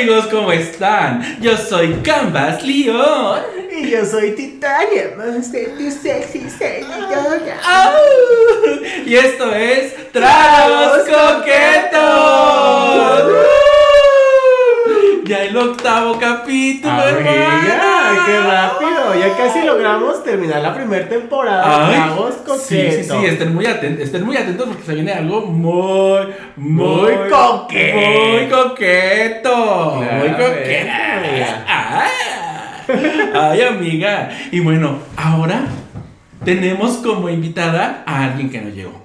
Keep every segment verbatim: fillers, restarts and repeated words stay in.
amigos, ¿cómo están? Yo soy Canvas León. Y yo soy Titania, más de tu sexy seguidora. ¡Au! Y esto es Tragos Coquetos. Ya el octavo capítulo, Amiga, qué rápido. Ya casi logramos terminar la primera temporada de Tragos Coquetos. Sí, sí, sí, estén muy atentos, estén muy atentos porque se viene algo muy, muy, muy coqueto. Muy coqueto. Claro, muy coqueto. Ah. Ay, amiga. Y bueno, ahora tenemos como invitada a alguien que no llegó.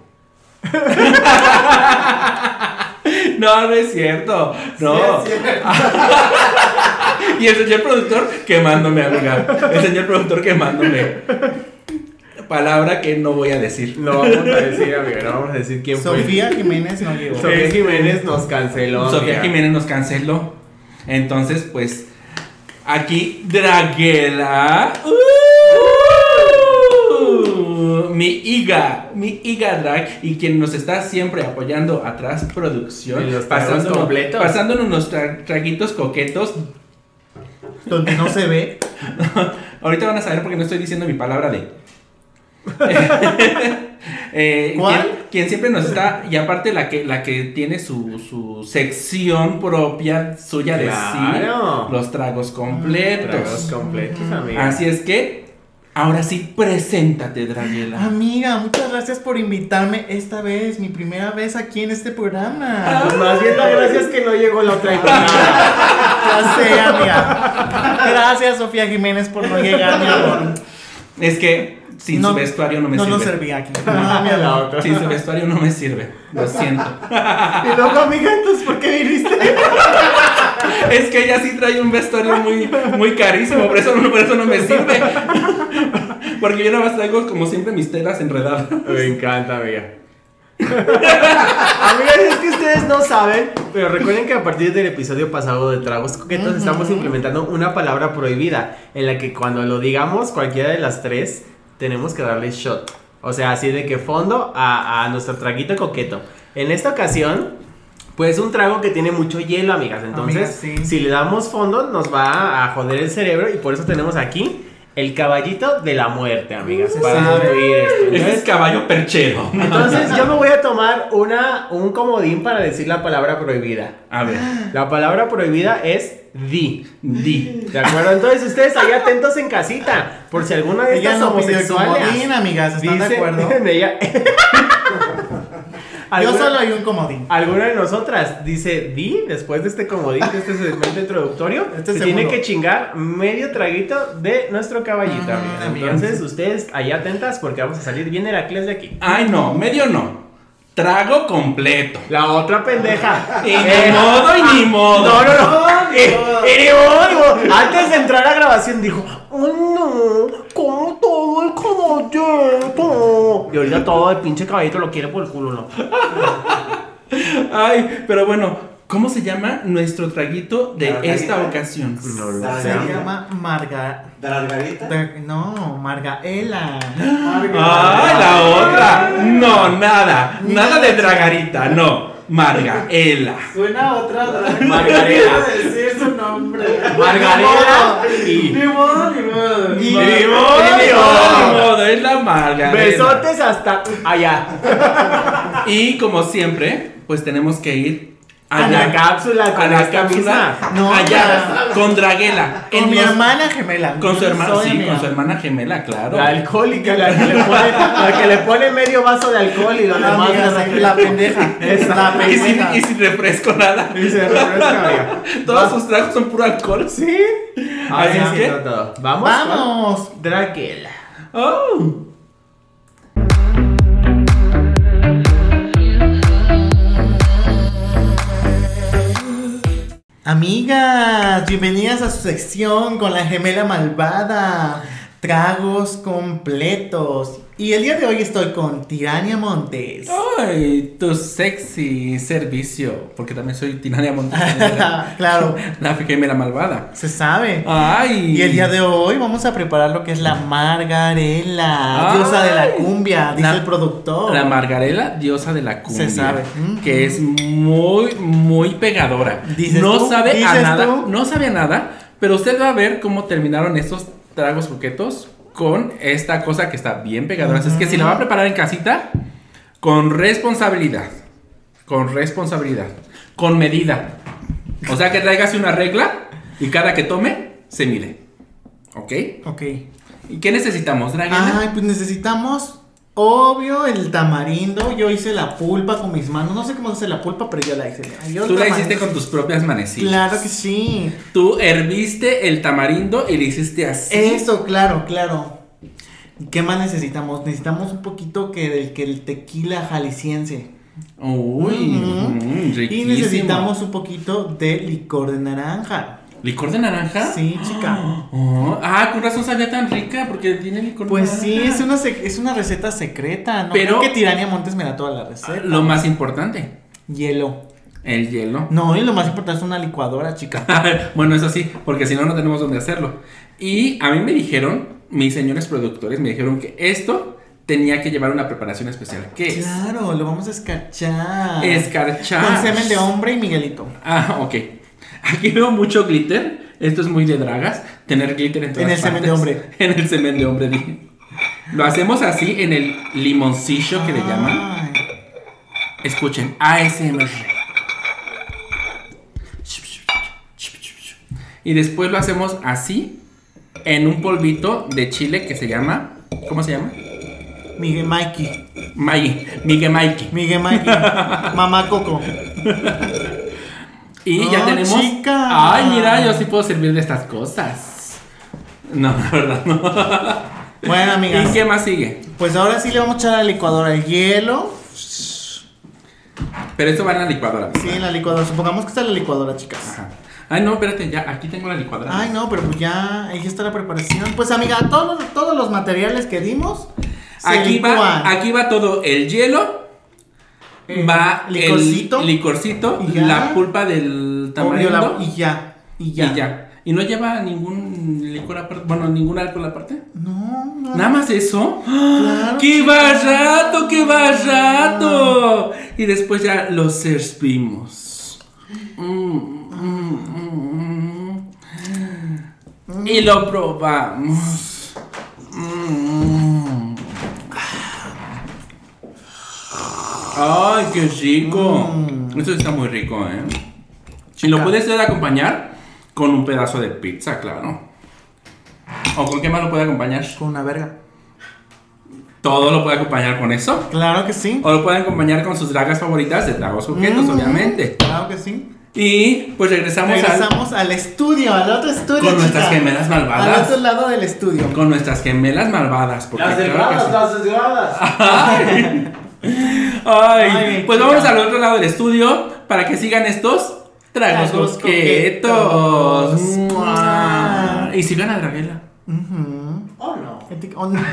No, no es cierto. No. Sí, es cierto. Y el señor productor quemándome, amiga. El señor productor quemándome. Palabra que no voy a decir. No vamos a decir, amiga, no vamos a decir quién fue. Sofía Jiménez no llegó. Sofía Jiménez nos canceló. Sofía Jiménez nos canceló. Entonces, pues, aquí Draguela. Uh, mi higa, mi higa drag. Y quien nos está siempre apoyando atrás, producción. En los tragos pasándonos, completos. pasándonos unos tra- traguitos coquetos. Donde no se ve. Ahorita van a saber porque no estoy diciendo mi palabra de. eh, ¿Cuál? Quien, quien siempre nos está. Y aparte la que, la que tiene su, su sección propia suya de Claro. sí. Los tragos completos. Tragos completos, amiga. Así es que. Ahora sí, preséntate, Draguela. Amiga, muchas gracias por invitarme esta vez, mi primera vez aquí en este programa. Pues más bien la gracia es que no llegó la otra invitada. Ya sé, amiga. Gracias, Sofía Jiménez, por no llegar, mi amor. Es que sin No, su vestuario no me no sirve. nos servía aquí. No, mi La amor. otra. Sin su vestuario no me sirve. Lo siento. Y luego, amiga, entonces, ¿por qué viniste? Es que ella sí trae un vestuario muy, muy carísimo, por eso, no, por eso no me sirve. Porque yo nada más traigo como siempre mis telas enredadas. Me encanta, amiga. Amigas, es que ustedes no saben, pero recuerden que a partir del episodio pasado de Tragos Coquetos uh-huh. estamos implementando una palabra prohibida en la que cuando lo digamos cualquiera de las tres tenemos que darle shot. O sea, así de que fondo a, a nuestro traguito coqueto. En esta ocasión, pues un trago que tiene mucho hielo, amigas. Entonces, Amiga, sí. si le damos fondo nos va a joder el cerebro y por eso tenemos aquí el caballito de la muerte, amigas, Uh, para sabe. destruir esto. Este Entonces, es caballo perchero. entonces yo me voy a tomar una, un comodín para decir la palabra prohibida. A ver, La palabra prohibida es di. di. ¿De acuerdo? Entonces ustedes ahí atentos en casita. Por si alguna de Ella estas no pidió el homosexuales comodín, amigas, ¿están de dice- acuerdo? ella- Yo ¿Alguna- solo hay un comodín. Alguna de nosotras dice di después de este comodín, de este segmento introductorio, Este se segundo. tiene que chingar medio traguito de nuestro caballito, Ujú, amigas. amigas. Entonces ustedes ahí atentas porque vamos a salir bien Heracles de aquí. Ay, no, medio no. Trago completo. La otra pendeja. Y Eh, ni modo y ni modo. No, no, no. Eh, eh, ni modo, ni modo. Antes de entrar a grabación dijo, oh no, como todo el caballito. Y ahorita todo el pinche caballito lo quiere por el culo, ¿no? Ay, pero bueno, ¿cómo se llama nuestro traguito de Margarita. esta ocasión? No lo Dale. sé. Se llama Marga... ¿De la Margarita? de- No, Margaela. Ay, la otra. No, nada. Nada de Dragarita, no. Margaela. Suena a otra drag. Margarela. No quiero decir su nombre. Margarela y... Ni modo, ni modo. Y- Ni Ni modo, modo, ni ni modo, modo. ni modo, es la Margarela. Besotes hasta allá. Y como siempre, pues tenemos que ir A la cápsula con a la esta cápsula, misma. No, allá, ya. con Draguela. Con En mi los- hermana gemela. Con su Yo hermana, soy sí, amiga. con su hermana gemela, claro. La alcohólica, la que, le pone, la que le pone medio vaso de alcohol y lo La demás amiga, de refresco. la pendeja. Es la Y sin, pendeja. y sin refresco nada. Y se refresca, amiga. Todos sus tragos son puro alcohol. Sí. Así es que- todo. Vamos. Vamos. con Draguela. Oh. Amigas, bienvenidas a su sección con la gemela malvada. Tragos completos. Y el día de hoy estoy con Tirania Montes. Ay, tu sexy servicio. Porque también soy Tirania Montes. Claro, La gemela malvada. se sabe. Ay. Y el día de hoy vamos a preparar lo que es la margarela, Ay. diosa de la cumbia, dice La- el productor. La margarela, diosa de la cumbia. Se sabe. Que es muy, muy pegadora. ¿Dices no tú? sabe a ¿Dices nada. tú? No sabe a nada. Pero usted va a ver cómo terminaron estos tragos coquetos con esta cosa que está bien pegadora. Así es que si la va a preparar en casita, con responsabilidad. Con responsabilidad. Con medida. O sea que tráigase una regla y cada que tome, se mide. ¿Ok? Ok. ¿Y qué necesitamos, Dragana? Ay, pues necesitamos, obvio, el tamarindo. Yo hice la pulpa con mis manos. No sé cómo se hace la pulpa, pero yo la hice. Ay, yo Tú la tamarindo. hiciste con tus propias manecillas. Claro que sí. Tú herviste el tamarindo y le hiciste así. Eso, claro, claro. ¿Qué más necesitamos? Necesitamos un poquito que del que el tequila jalisciense. Uy, Ujú. mm, Y riquísimo. necesitamos un poquito de licor de naranja. ¿Licor de naranja? Sí, chica. Oh, ah, con razón sabía tan rica porque tiene licor Pues de sí, naranja. es una, sec- es una receta secreta. No Pero- creo que Tirania Montes me da toda la receta. Lo más importante, Hielo. el hielo. No, y lo más importante es una licuadora, chica. Bueno, eso sí, porque si no, no tenemos dónde hacerlo. Y a mí me dijeron, mis señores productores me dijeron que esto tenía que llevar una preparación especial. ¿Qué es? Claro, lo vamos a escarchar. Escarchar. Con semen de hombre y Miguelito. Ah, ok. Aquí veo mucho glitter. Esto es muy de dragas. Tener glitter en todas En el semen partes. de hombre. En el semen de hombre, dije. Lo hacemos así en el limoncillo que le llaman. Ay. Escuchen, A S M R. Y después lo hacemos así en un polvito de chile que se llama. ¿Cómo se llama? Miguel Mikey. Maggi. Miguel Mikey. Miguel Mikey. Mamá Coco. Y ¡Oh, ya tenemos. chica! Ay, mira, yo sí puedo servir de estas cosas. No, la verdad no. Bueno, amigas. ¿Y qué más sigue? Pues ahora sí le vamos a echar a la licuadora el hielo. Pero esto va en la licuadora. Sí, en la licuadora. Supongamos que está en la licuadora, chicas. Ajá. Ay, no, espérate, ya, aquí tengo la licuadora. Ay, no, pero pues ya, ahí está la preparación. Pues amiga, todos, todos los materiales que dimos. se Aquí va, licúan. aquí va todo el hielo. Eh, va licorcito. el licorcito, Y ya. la pulpa del Obvio, tamarindo. la- y ya. Y ya. Y ya. ¿Y no lleva ningún licor aparte? Bueno, ningún alcohol aparte. No, no. ¿Nada más eso? Claro, ¡Qué chica. barato, qué barato! Y después ya lo servimos. Mm, mm, mm, mm. Y lo probamos. Mm. ¡Ay, qué rico! Mm. Esto está muy rico, ¿eh? Si lo puedes acompañar con un pedazo de pizza, claro. ¿O con qué más lo puede acompañar? Con una verga. Todo lo puede acompañar con eso. Claro que sí. O lo pueden acompañar con sus dragas favoritas de tragos coquetos, Mm, obviamente. Claro que sí. Y pues regresamos, Regresamos al estudio, al otro estudio. Con nuestras chica. gemelas Al malvadas. otro lado del estudio. Con nuestras gemelas malvadas. Porque Las claro que delgadas, sí. las delgadas. Ay, Ay, Ay, pues chica. vámonos al otro lado del estudio para que sigan estos tragos Tragos coquetos. coquetos. Mua. Y sigan a Draguela. Ujú. Oh no. Etic- oh, no.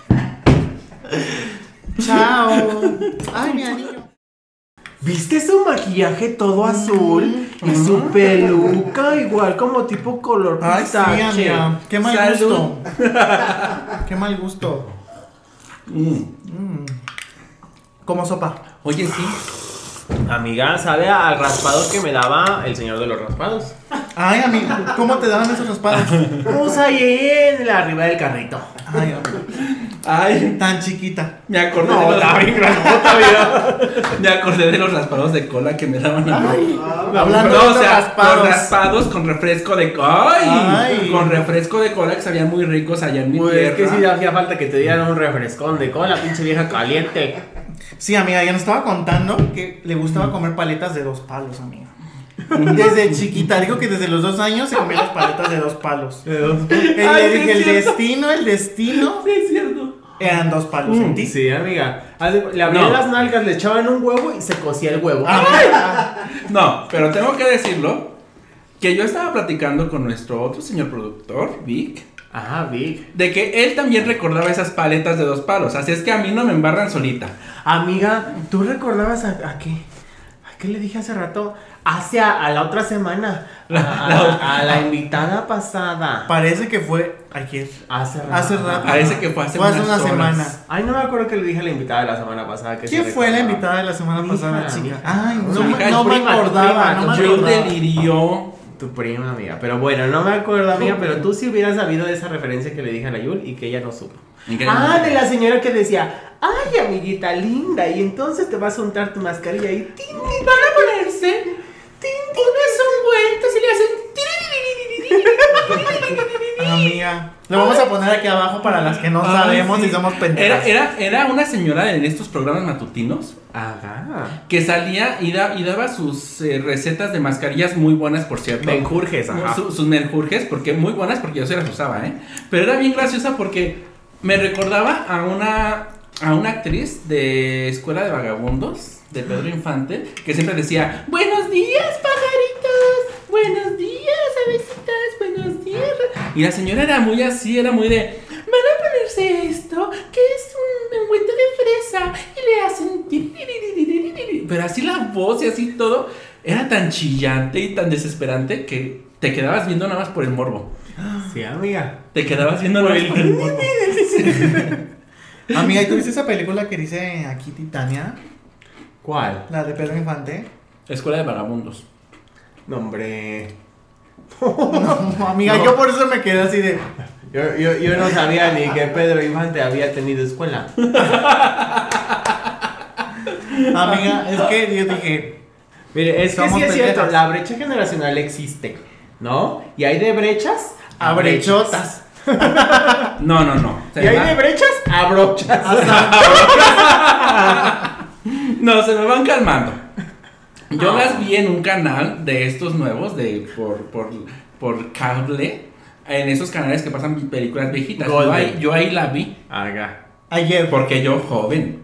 Chao. Ay, mi anillo. ¿Viste su maquillaje todo azul? Y Mm. su peluca igual como tipo color Ay, sí, pistache. amiga. Qué mal Salud. gusto. Qué mal gusto. Mm. Como sopa. Oye, sí. Amiga, ¿sabe al raspado que me daba el señor de los raspados? Ay, amigo, ¿cómo te daban esos raspados? Pues ahí en la arriba del carrito. Ay, amigo. Ay, Tan chiquita. me acordé No, de los está bien granota, mira. Me acordé de los raspados de cola que me daban a mí. Hablando No, de o los sea, raspados. los raspados con refresco de cola. ¡Ay! Ay. Con refresco de cola que sabían muy ricos allá en mi Pues tierra. es que sí hacía falta que te dieran un refrescón de cola, pinche vieja caliente. Sí, amiga, ya nos estaba contando que le gustaba comer paletas de dos palos, amiga. Desde chiquita, dijo que desde los dos años se comía las paletas de dos palos. El, Ay, le sí dije, es el cierto. destino, el destino Sí, es cierto. eran dos palos en ti. Sí, amiga. Haz- Le abrían No. las nalgas, le echaban un huevo y se cocía el huevo. Ah, No, pero tengo que decirlo que yo estaba platicando con nuestro otro señor productor, Vic, Ah, Vic. De que él también recordaba esas paletas de dos palos. Así es que a mí no me embarran solita. Amiga, ¿tú recordabas a, a qué? ¿A qué le dije hace rato? Hacia a la otra semana. A, a- a la invitada pasada. Parece que fue ayer. Hace rato. Hace rato. Parece que fue hace Fue hace unas una horas. semana. Ay, no me acuerdo que le dije a la invitada de la semana pasada. Que ¿Quién se fue la recordaba. invitada de la semana Mi pasada, hija, mi chica? hija. Ay, no, Mi me- hija, no tu me prima, tu acordaba, prima, no tu me Yo acordaba. delirió. Tu prima, amiga. Pero bueno, no me acuerdo, amiga. Pero tú sí hubieras sabido de esa referencia que le dije a la Yul y que ella no supo. Ah, de la señora que decía, ay, amiguita linda, y entonces te vas a untar tu mascarilla y tin, tin, Van a ponerse unas ungüentos y le hacen. Amiga, lo vamos a poner aquí abajo para las que no Ay, sabemos sí. y somos Era, pendejas. era, era una señora en estos programas matutinos Ajá. que salía y, da- y daba sus eh, recetas de mascarillas muy buenas, por cierto. Menjurjes, ajá. Su- sus menjurjes, porque muy buenas, porque yo se las usaba, ¿eh? Pero era bien graciosa porque me recordaba a una, a una actriz de Escuela de Vagabundos, de Pedro Infante, que siempre decía, buenos días, pajaritos, buenos días, avesitas, buenos días. Y la señora era muy así, era muy de, van a ponerse esto, que es un ungüento de fresa, y le hacen... tiriririririririri". Pero así la voz y así todo, era tan chillante y tan desesperante que te quedabas viendo nada más por el morbo. Sí, amiga. Te quedabas viendo nada más por el morbo. Amiga, ¿y tú viste esa película que dice aquí Titania? ¿Cuál? La de Pedro Infante. Escuela de Vagabundos. No, hombre. No, amiga, No. yo por eso me quedé así de. Yo, yo, yo no sabía ni que Pedro Infante había tenido escuela. Amiga, es que yo dije. Mire, es que Somos sí es cierto, pendejas. la brecha generacional existe, ¿no? Y hay de brechas a brechotas. No, no, no. Se Y hay va- de brechas a brochas. No, se me van calmando. Yo Ah. las vi en un canal de estos nuevos, de por, por, por cable, en esos canales que pasan películas viejitas. Yo Golden. ahí, yo ahí la vi, Haga. Ayer. porque yo joven.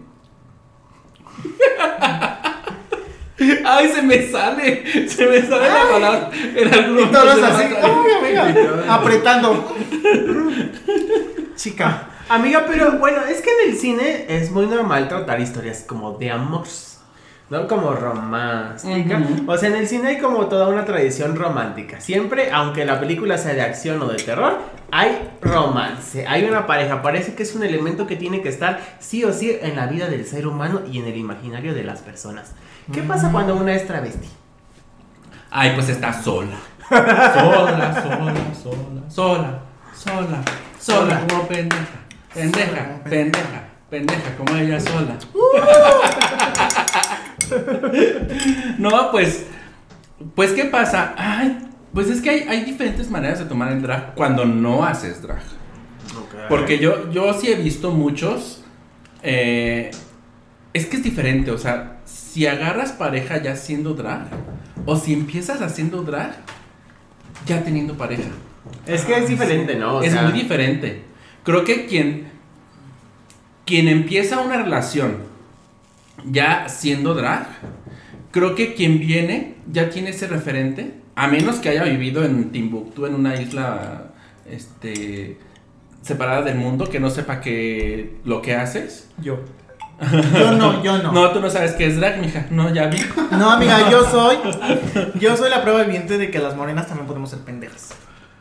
Ay, se me sale, se me sale la palabra. En algún Y todos momento se así. me va a salir. Ay, amiga. Apretando. Chica. Amiga, pero bueno, es que en el cine es muy normal tratar historias como de amor, ¿no? Como romántica. Ujú. O sea, en el cine hay como toda una tradición romántica. Siempre, aunque la película sea de acción o de terror, hay romance, hay una pareja. Parece que es un elemento que tiene que estar sí o sí en la vida del ser humano y en el imaginario de las personas. ¿Qué pasa cuando una es travesti? Ay, pues está sola. Sola, sola, sola, sola, sola, sola, como pendeja. Pendeja, pendeja, pendeja, como ella sola. No, pues, pues, ¿qué pasa? Ay, pues es que hay, hay diferentes maneras de tomar el drag cuando no haces drag. Porque yo, yo sí he visto muchos. eh, es que es diferente, o sea, si agarras pareja ya siendo drag, o si empiezas haciendo drag ya teniendo pareja. Es que es diferente, ¿no? O es sea, muy diferente. Creo que quien, quien empieza una relación ya siendo drag, creo que quien viene ya tiene ese referente, a menos que haya vivido en Timbuktu, en una isla este, separada del mundo, que no sepa que lo que haces. Yo. Yo no, yo no. No, tú no sabes qué es drag, mija. No, ya vi. No, amiga, yo soy. Yo soy la prueba viviente de que las morenas también podemos ser pendejas.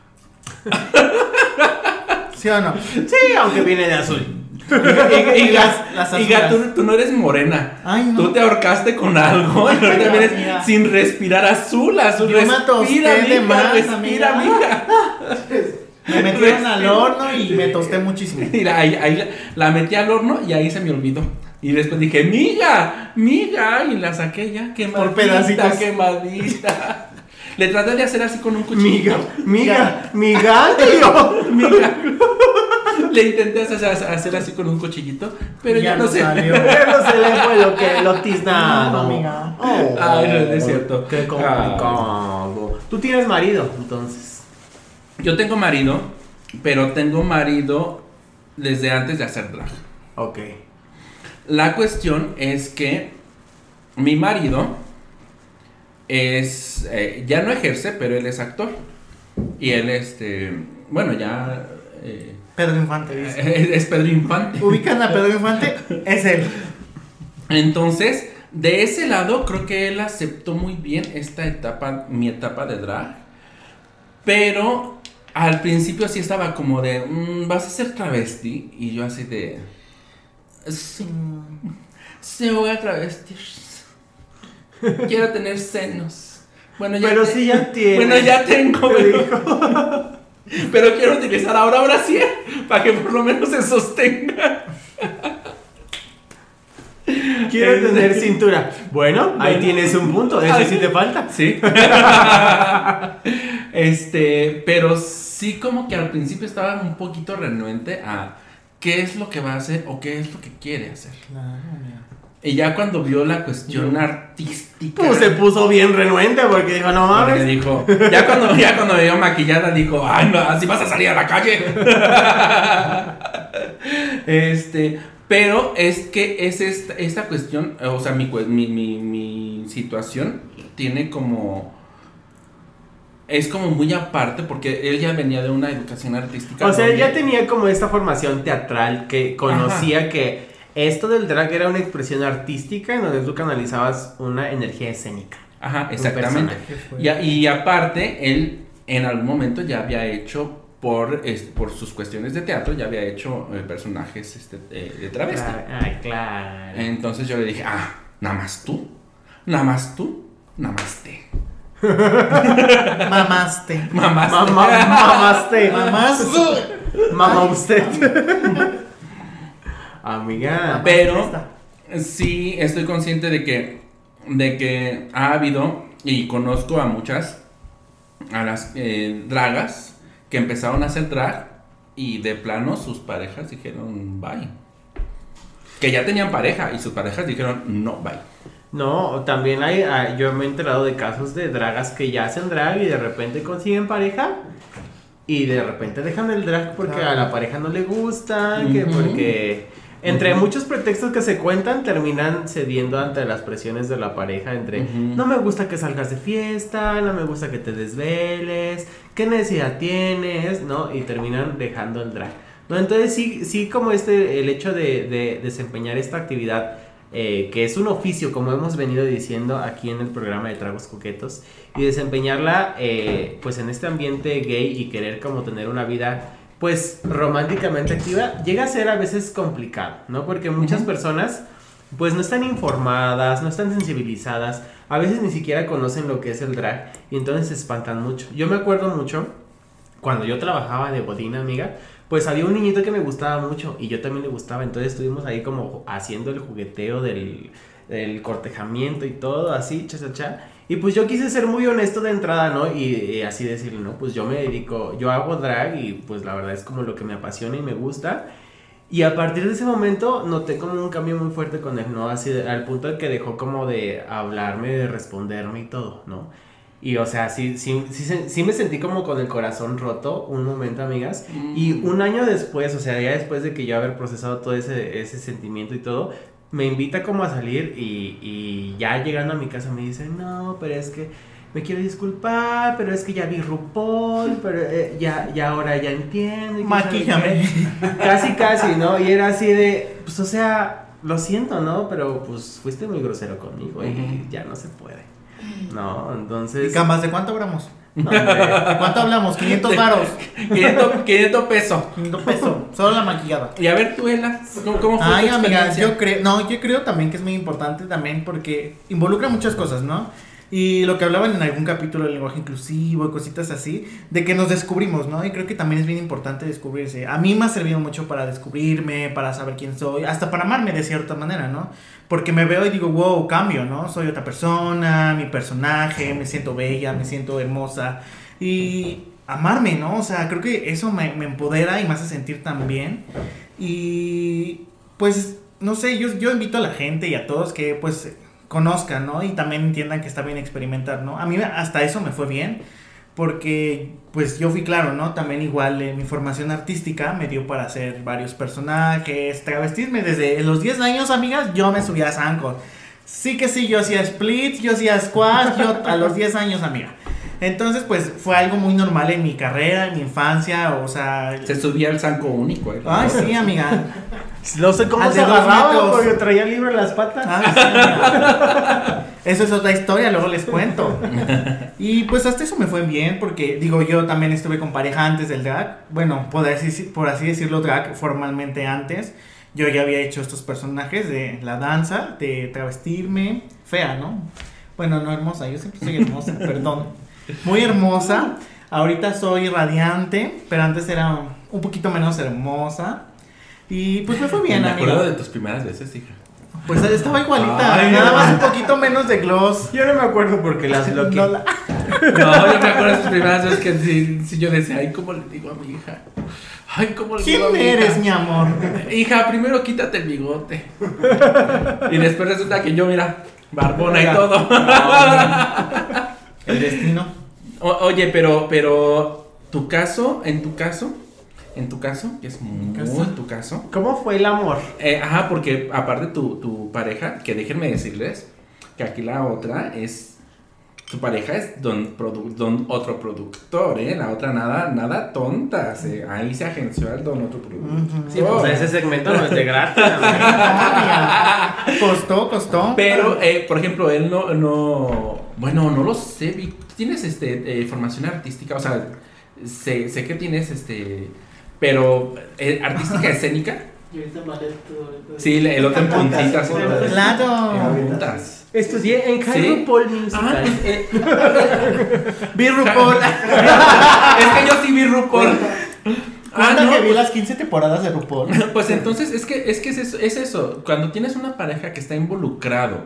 ¿Sí o no? sí, aunque viene de azul. Y, y, Y las- las y Gat, tú, azulas. tú no eres morena. Ay, no. Tú te ahorcaste con algo y ahorita vienes Amiga. sin respirar azul, azul. Yo me respira, tosté de mija, más, respira, amiga. mija. Me metieron al horno y me tosté muchísimo. Y la, ahí, ahí la, la metí al horno y ahí se me olvidó. Y después dije, miga, miga, y la saqué ya, quemadita, Por pedacitos. quemadita. Le traté de hacer así con un cuchillo. Miga, miga, migallo. Miga. Le intenté hacer, hacer así con un cuchillito, pero ya, Ya no no sé. salió. Pero se le fue lo que lo tiznado. No, amiga. Oh, Ay, no, no es cierto. Qué complicado. Tú tienes marido, entonces. Yo tengo marido, pero tengo marido desde antes de hacer drag. Ok. La cuestión es que mi marido es, eh, ya no ejerce, pero él es actor. Y él, este, bueno, ya eh, Pedro Infante, dice. es, es Pedro Infante. Ubican a Pedro Infante, es él. Entonces, de ese lado, creo que él aceptó muy bien esta etapa, mi etapa de drag. Pero al principio sí estaba como de, mmm, ¿vas a ser travesti? Y yo así de, sí, sí voy a travestir. Quiero tener senos. Bueno, ya Pero te- sí ya tiene. Bueno, ya tengo, Te pero, dijo. pero quiero utilizar ahora brasier para que por lo menos se sostenga. Quiero Este- tener cintura. Bueno, ahí Bueno. tienes un punto. Eso sí te falta. Sí. Este, pero sí como que al principio estaba un poquito renuente a qué es lo que va a hacer o qué es lo que quiere hacer. Claro, mira. Y ya cuando vio la cuestión artística, Pues se puso bien renuente porque dijo, no porque mames. dijo, ya cuando, ya cuando me vio maquillada dijo, ay no, así vas a salir a la calle. Este, pero es que es esta, esta cuestión, o sea, mi, cue- mi, mi, mi situación tiene como, es como muy aparte porque él ya venía de una educación artística. O sea, él donde- ya tenía como esta formación teatral que conocía que esto del drag era una expresión artística en donde tú canalizabas una energía escénica. Ajá, un exactamente. personaje. Y, a- y aparte, él en algún momento ya había hecho, por, es- por sus cuestiones de teatro, ya había hecho eh, personajes este, eh, de travesti. Claro, ay, claro. Entonces yo le dije, ah, nada más tú, nada más tú, nada más te. Mamaste. Mamás. Mamá, mamaste. Mamaste. Mamá usted. Amiga. Pero sí estoy consciente de que, de que ha habido, y conozco a muchas, a las eh, dragas que empezaron a hacer drag y de plano sus parejas dijeron bye. Que ya tenían pareja y sus parejas dijeron no, bye. No, también hay, ah, yo me he enterado de casos de dragas que ya hacen drag y de repente consiguen pareja y de repente dejan el drag porque Claro. a la pareja no le gusta, que Ujú. porque entre Ujú. muchos pretextos que se cuentan terminan cediendo ante las presiones de la pareja entre Ujú. no me gusta que salgas de fiesta, no me gusta que te desveles, qué necesidad tienes, ¿no? Y terminan dejando el drag. No, entonces sí, sí como este, el hecho de, de desempeñar esta actividad eh, que es un oficio, como hemos venido diciendo aquí en el programa de Tragos Coquetos, y desempeñarla eh, pues en este ambiente gay y querer como tener una vida pues románticamente activa, llega a ser a veces complicado, ¿no? Porque muchas Ujú. personas pues no están informadas, no están sensibilizadas, a veces ni siquiera conocen lo que es el drag y entonces se espantan mucho. Yo me acuerdo mucho cuando yo trabajaba de godina, amiga, pues había un niñito que me gustaba mucho y yo también le gustaba, entonces estuvimos ahí como haciendo el jugueteo del, del cortejamiento y todo, así, cha, cha, cha. Y pues yo quise ser muy honesto de entrada, ¿no? Y, y así decirle, ¿no? Pues yo me dedico, yo hago drag y pues la verdad es como lo que me apasiona y me gusta. Y a partir de ese momento noté como un cambio muy fuerte con él, ¿no? Así de- al punto de que dejó como de hablarme, de responderme y todo, ¿no? Y o sea, sí, sí, sí, se- sí me sentí como con el corazón roto un momento, amigas. Y un año después, o sea, ya después de que yo haber procesado todo ese, ese sentimiento y todo, me invita como a salir y, y ya llegando a mi casa me dice, no, pero es que me quiero disculpar, pero es que ya vi RuPaul, pero eh, ya, ya ahora ya entiendo. y que sabe Maquíjame. qué". Casi, casi, ¿no? Y era así de, pues o sea, lo siento, ¿no? Pero pues fuiste muy grosero conmigo y Ujú. ya no se puede. No, entonces... ¿Y camas de cuánto hablamos? no, hombre. ¿De cuánto hablamos? quinientos varos. quinientos, quinientos pesos. quinientos pesos. Solo la maquillada. Y a ver tú, Ela, ¿cómo, cómo fue Ay, tu amiga, experiencia? yo creo, no, yo creo también que es muy importante también porque involucra muchas cosas, ¿no? Y lo que hablaban en algún capítulo del lenguaje inclusivo y cositas así, de que nos descubrimos, ¿no? Y creo que también es bien importante descubrirse. A mí me ha servido mucho para descubrirme, para saber quién soy, hasta para amarme de cierta manera, ¿no? Porque me veo y digo, wow, cambio, ¿no? Soy otra persona, mi personaje, me siento bella, me siento hermosa. Y amarme, ¿no? O sea, creo que eso me, me empodera y me hace sentir tan bien. Y pues, no sé, yo, yo invito a la gente y a todos que pues conozcan, ¿no? Y también entiendan que está bien experimentar, ¿no? A mí hasta eso me fue bien, porque pues yo fui claro, ¿no? También igual eh, mi formación artística me dio para hacer varios personajes, travestirme desde los diez años, amigas, yo me subía a zancos. Sí que sí, yo hacía splits, yo hacía squash, yo a los diez años, amiga. Entonces, pues fue algo muy normal en mi carrera, en mi infancia, o sea. Se subía al zanco único. ¿eh? Ay, sí, amiga. No sé cómo Al se de dos agarraba metros. porque traía el libro en las patas. Ay, sí, amiga. Eso es otra historia, luego les cuento. Y pues hasta eso me fue bien, porque digo, yo también estuve con pareja antes del drag. Bueno, por así, por así decirlo, drag formalmente antes. Yo ya había hecho estos personajes de la danza, de travestirme, fea, ¿no? Bueno, no hermosa, yo siempre soy hermosa, perdón. Muy hermosa. Ahorita soy radiante, pero antes era un poquito menos hermosa. Y pues me fue bien, Me acuerdo amiga. de tus primeras veces, hija. Pues estaba igualita, Ay, nada no. más un poquito menos de gloss. Yo no me acuerdo porque las bloqueé. No la- No, yo me acuerdo de tus primeras veces que sí, sí, yo decía, ay, ¿cómo le digo a mi hija? Ay, ¿cómo le digo a ¿Quién mi eres, hija? mi amor? Hija, primero quítate el bigote. Y después resulta que yo, mira, barbona y Mira. todo. El destino. O- oye, pero, pero, tu caso, en tu caso, en tu caso, que es muy caso? tu caso. ¿Cómo fue el amor? Eh, ajá, porque aparte tu, tu pareja, que déjenme decirles que aquí la otra es, tu pareja es don, produ- don otro productor, ¿eh? La otra nada, nada tonta, se, ahí se agenció al don otro productor. Ujú. Sí, pues ese segmento no es de gratis. amiga. Amiga, costó, costó. Pero, eh, por ejemplo, él no, no, bueno, no lo sé, vi- tienes este, eh, formación artística, o sea, sé, sé que tienes este, pero, eh, artística escénica, Yo hice ballet todo ahorita. sí, el otro en puntitas, y todo. Claro. En puntas. Estudié en Sí. High Paul Ah, Musical. pues, eh, Vi RuPaul. es que yo sí vi RuPaul. Ah, Cuenta no, que vi pues, las quince temporadas de RuPaul. pues entonces es que es que es eso, es eso. Cuando tienes una pareja que está involucrado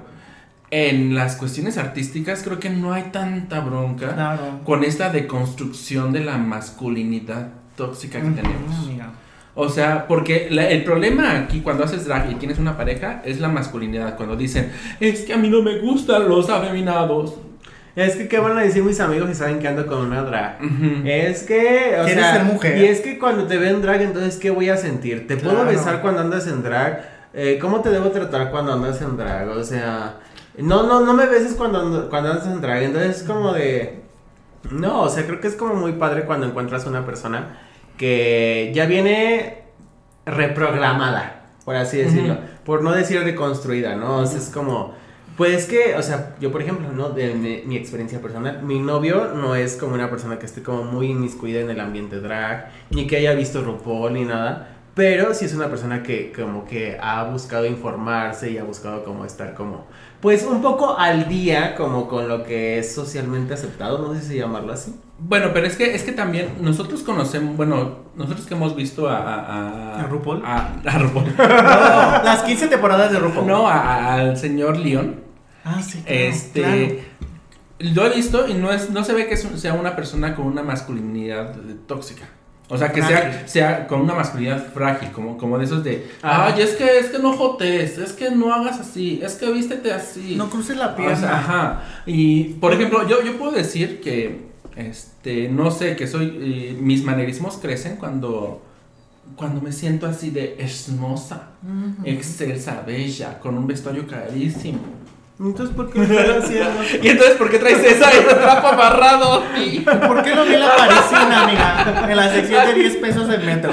en las cuestiones artísticas, creo que no hay tanta bronca Claro. con esta deconstrucción de la masculinidad tóxica que Ujú, tenemos. amiga. O sea, porque la- el problema aquí cuando haces drag y tienes una pareja es la masculinidad. Cuando dicen, es que a mí no me gustan los afeminados. Es que, ¿qué van a decir mis amigos si saben que ando con una drag? Ujú. Es que, o ¿Quieres sea, ser mujer? y es que cuando te ven drag, entonces, ¿qué voy a sentir? ¿Te puedo Claro. besar cuando andas en drag? Eh, ¿Cómo te debo tratar cuando andas en drag? O sea, no, no, no me beses cuando, ando- cuando andas en drag. Entonces, es como de... No, o sea, creo que es como muy padre cuando encuentras una persona que ya viene reprogramada, por así decirlo. Ujú. Por no decir reconstruida, ¿no? O sea, es como... Pues que, o sea, yo por ejemplo, ¿no? De mi, mi experiencia personal, mi novio no es como una persona que esté como muy inmiscuida en el ambiente drag, ni que haya visto RuPaul ni nada, pero sí es una persona que como que ha buscado informarse y ha buscado como estar como, pues un poco al día como con lo que es socialmente aceptado, no sé si llamarlo así. Bueno, pero es que es que también nosotros conocemos, bueno, nosotros que hemos visto a a, a, ¿A RuPaul? a, a RuPaul. No, las quince temporadas de RuPaul. No, a- a- al señor Leon. Ah, sí, claro, Este, claro. lo he visto y no es, no se ve que es un- sea una persona con una masculinidad eh, tóxica. O sea, que sea, Frágil. sea con una masculinidad frágil, como, como de esos de, Ajá. ay, es que, es que no jotes, es que no hagas así, es que vístete así. No cruces la O pierna. sea, ajá. Y, por ejemplo, yo, yo puedo decir que, este, no sé, que soy, eh, mis manerismos crecen cuando, cuando me siento así de hermosa, Ujú. excelsa, bella, con un vestuario carísimo. Entonces, ¿por qué lo están haciendo? Y entonces, ¿por qué traes esa y ese trapo amarrado? Y- ¿Por qué no vi la parisina, amiga? En la sección de diez pesos del metro.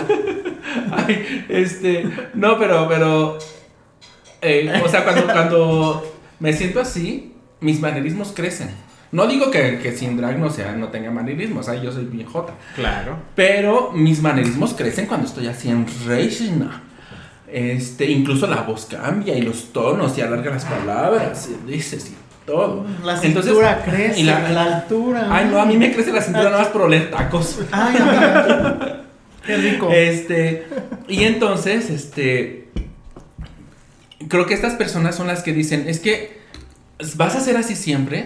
Ay, este, no, pero, pero, eh, o sea, cuando, cuando me siento así, mis manerismos crecen. No digo que, que sin drag no sea, no tenga manerismos, o sea, yo soy bien jota. Claro. Pero mis manerismos crecen cuando estoy así en reina. Este, incluso la voz cambia y los tonos y alarga las palabras, y dices y todo. La Entonces, cintura crece, y la- la, altura. Ay, no, a mí me crece la cintura nada más por oler tacos. Ay, amiga. Qué rico. Este, y entonces, este, creo que estas personas son las que dicen, es que vas a ser así siempre,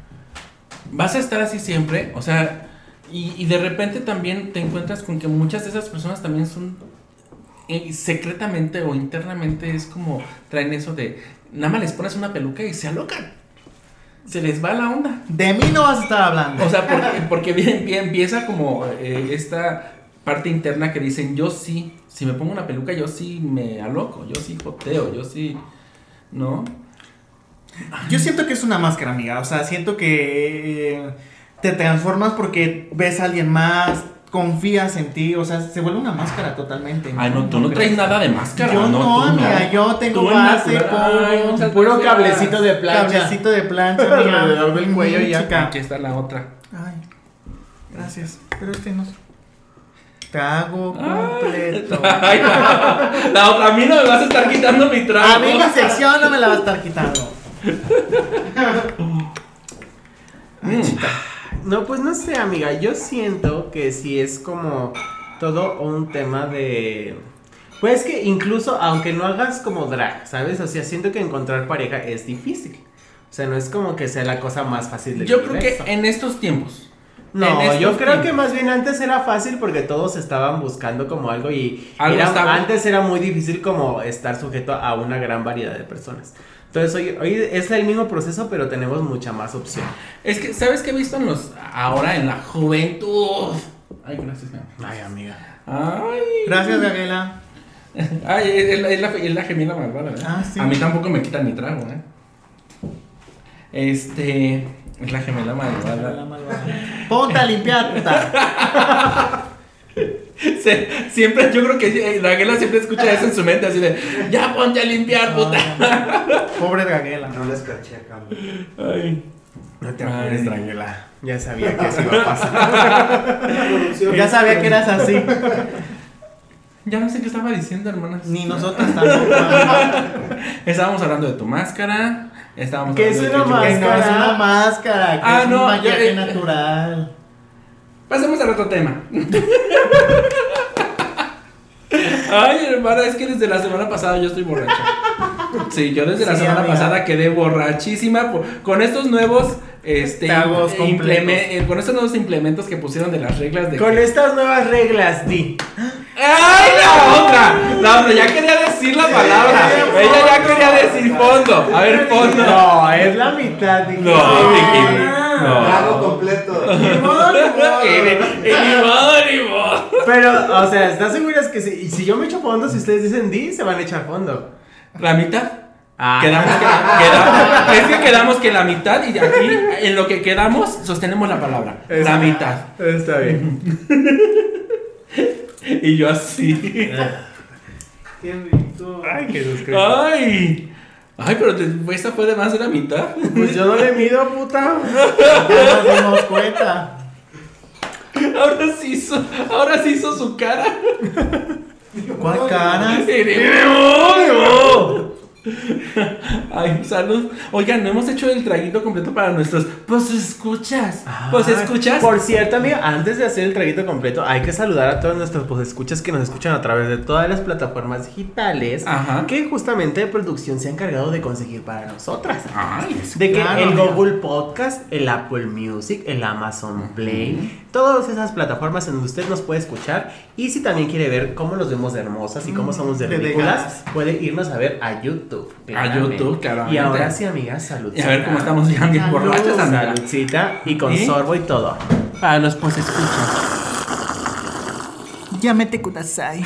vas a estar así siempre, o sea, y, y de repente también te encuentras con que muchas de esas personas también son, eh, secretamente o internamente es como, traen eso de, nada más les pones una peluca y se alocan, se les va la onda. De mí no vas a estar hablando. O sea, porque, porque bien, bien empieza como eh, esta parte interna que dicen, yo sí, si me pongo una peluca, yo sí me aloco, yo sí joteo, yo sí, ¿no? Yo siento que es una máscara, amiga. O sea, siento que. eh, te transformas porque ves a alguien más, confías en ti, o sea, se vuelve una máscara totalmente. Ay, no, tú no traes nada de máscara. Yo no, tú amiga, no. yo tengo Tú base, natural. Ay, polvo, muchas Puro gracias. cablecito de plancha. cablecito de plancha, amiga. Alrededor del cuello y ya. Chica. Aquí está la otra. Ay, gracias, pero este no. Trago completo. Ay, no. La otra, a mí no me vas a estar quitando mi trago. A mí mi sección no me la va a estar quitando. Mm. No, pues no sé, amiga. Yo siento que sí es como todo un tema de. Pues que incluso aunque no hagas como drag, ¿sabes? O sea, siento que encontrar pareja es difícil. O sea, no es como que sea la cosa más fácil del Yo creo universo. que en estos tiempos. No, en estos yo creo tiempos. que más bien antes era fácil porque todos estaban buscando como algo y Algo era- estaba- antes era muy difícil como estar sujeto a una gran variedad de personas. Entonces hoy, hoy es el mismo proceso, pero tenemos mucha más opción. Es que, ¿sabes qué he visto en los ahora en la juventud? Ay, gracias, mi amor. Ay, amiga. Ay. Gracias, Gabriela. Ay, es, la- es la, es la gemela malvada, ¿verdad? Ah, sí. A mí tampoco me quitan mi trago, ¿eh? Este. Es la gemela malvada. Ponte a limpiar, puta. Se- siempre, yo creo que eh, Raquel siempre escucha eso en su mente, así de, ya ponte a limpiar, puta. Pobre Gabriela. No les caché a cámara. Ay. No te Ay. apures, Daniela. Ya sabía que eso iba a pasar. Ya sabía que eras así. Ya no sé qué estaba diciendo, hermanas. Ni nosotras tampoco. amiga. Estábamos hablando de tu máscara. Estábamos ¿Qué hablando es de una tu- Que no es Máscara. una máscara, que Ah, es no, un maquillaje ya, eh, natural. Pasemos al otro tema. Ay, hermana, es que desde la semana pasada yo estoy borracha. Sí, yo desde la Sí, semana amiga. pasada quedé borrachísima por- con estos nuevos este Tragos impleme- completos. eh, con estos nuevos implementos que pusieron de las reglas de Con que- estas nuevas reglas, di. ¡Ay, la otra! La otra, ya quería decir la palabra. Ella ya quería decir fondo. A ver, fondo. No, es la mitad. Di. No, Vicky. No. Trago completo. Y ni- y ni modo, ni modo. Pero, o sea, ¿estás seguras que si, si yo me echo fondo, si ustedes dicen di, se van a echar fondo? La mitad. Ah. Quedamos que, quedamos- es que quedamos que la mitad y aquí en lo que quedamos sostenemos la palabra. La mitad. Está bien. Y yo así. Qué rico. Ay, Jesús Ay. Ay, pero te- esta fue de más de la mitad. Pues yo no le mido, puta. Ya nos dimos cuenta. Ahora sí hizo, ahora sí hizo su cara. ¿Cuál cara? Ay, salud. Oigan, no hemos hecho el traguito completo para nuestros pues escuchas. Pues escuchas. Por cierto, amiga, antes de hacer el traguito completo, hay que saludar a todos nuestros escuchas que nos escuchan a través de todas las plataformas digitales. Ajá. Que justamente de producción se ha encargado de conseguir para nosotras. Ay, es- De que Claro, el amiga. Google Podcast, el Apple Music, el Amazon Play, todas esas plataformas en donde usted nos puede escuchar. Y si también quiere ver cómo nos vemos de hermosas y cómo Mm, somos de de ridículas, veganas. puede irnos a ver a YouTube. A claramente. YouTube, claramente. Y ahora sí, amigas, salud. Y a ver cómo estamos ya bien Salud. borrachas, amiga. Saludcita y con ¿Eh? sorbo y todo. Para los pues escuchas. Llámete Kudasai.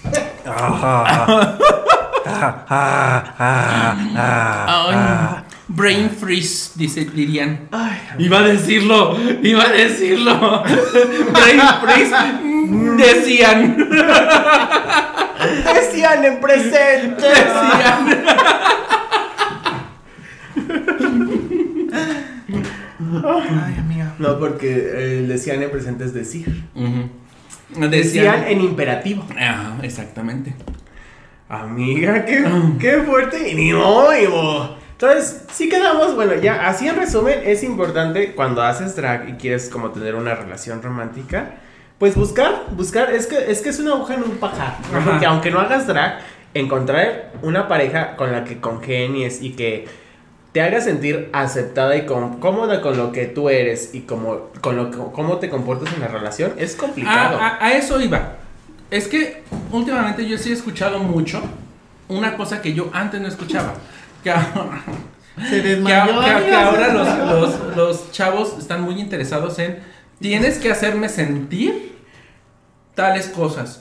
Ay, brain freeze, dice Lilian. Ay, Iba a decirlo, iba a decirlo. Brain freeze, mm, decían. decían en presente. Decían. Ay, amiga. No, porque eh, decían en presente es decir. Ujú. Decían Decían. en imperativo. Ah, exactamente. Amiga, qué, qué fuerte. Y ni modo, ni modo. Entonces, sí quedamos, bueno, ya, así en resumen, es importante cuando haces drag y quieres como tener una relación romántica, pues buscar, buscar, es que es, que es una aguja en un pajar, ¿no? Ajá. Porque aunque no hagas drag, encontrar una pareja con la que congenies y que te haga sentir aceptada y con, cómoda con lo que tú eres y como, con lo que, cómo te comportas en la relación, es complicado. A, a- a eso iba. Es que últimamente yo sí he escuchado mucho una cosa que yo antes no escuchaba. Que, ahora- Se que, desmayó. a- que- que amiga, ahora se los, desmayó. los, los chavos están muy interesados en tienes que hacerme sentir tales cosas.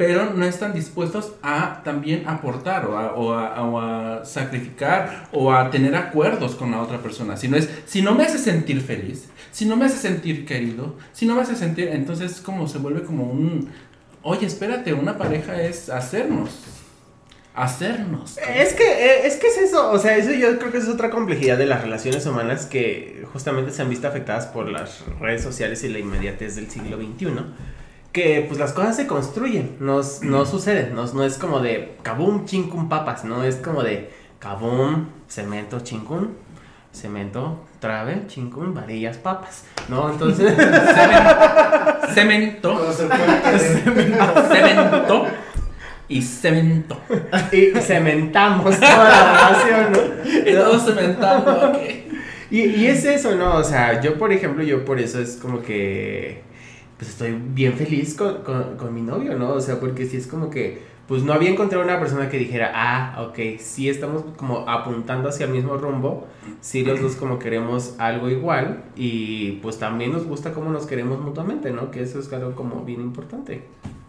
pero no están dispuestos a también aportar o a, o a, o a sacrificar o a tener acuerdos con la otra persona. Si no es, si no me hace sentir feliz, si no me hace sentir querido, si no me hace sentir, entonces como se vuelve como un, oye, espérate, una pareja es hacernos. Hacernos. Es que, es que es eso, o sea, eso yo creo que es otra complejidad de las relaciones humanas que justamente se han visto afectadas por las redes sociales y la inmediatez del siglo veintiuno. Que pues las cosas se construyen, no, no suceden, no, no es como de kabum, chincun, papas, no es como de kabum, cemento, chincun, cemento, trave, chincun, varillas, papas, ¿no? Entonces... Cemento, cemento, cemento y cemento. Y cementamos toda la relación, ¿no? Y todo cementando, ok. Y, y es eso, ¿no? O sea, yo por ejemplo, yo por eso es como que... pues estoy bien feliz con, con, con mi novio, ¿no? O sea, porque sí es como que, pues no había encontrado una persona que dijera, ah, ok, sí estamos como apuntando hacia el mismo rumbo, sí los dos como queremos algo igual y pues también nos gusta cómo nos queremos mutuamente, ¿no? Que eso es algo como bien importante.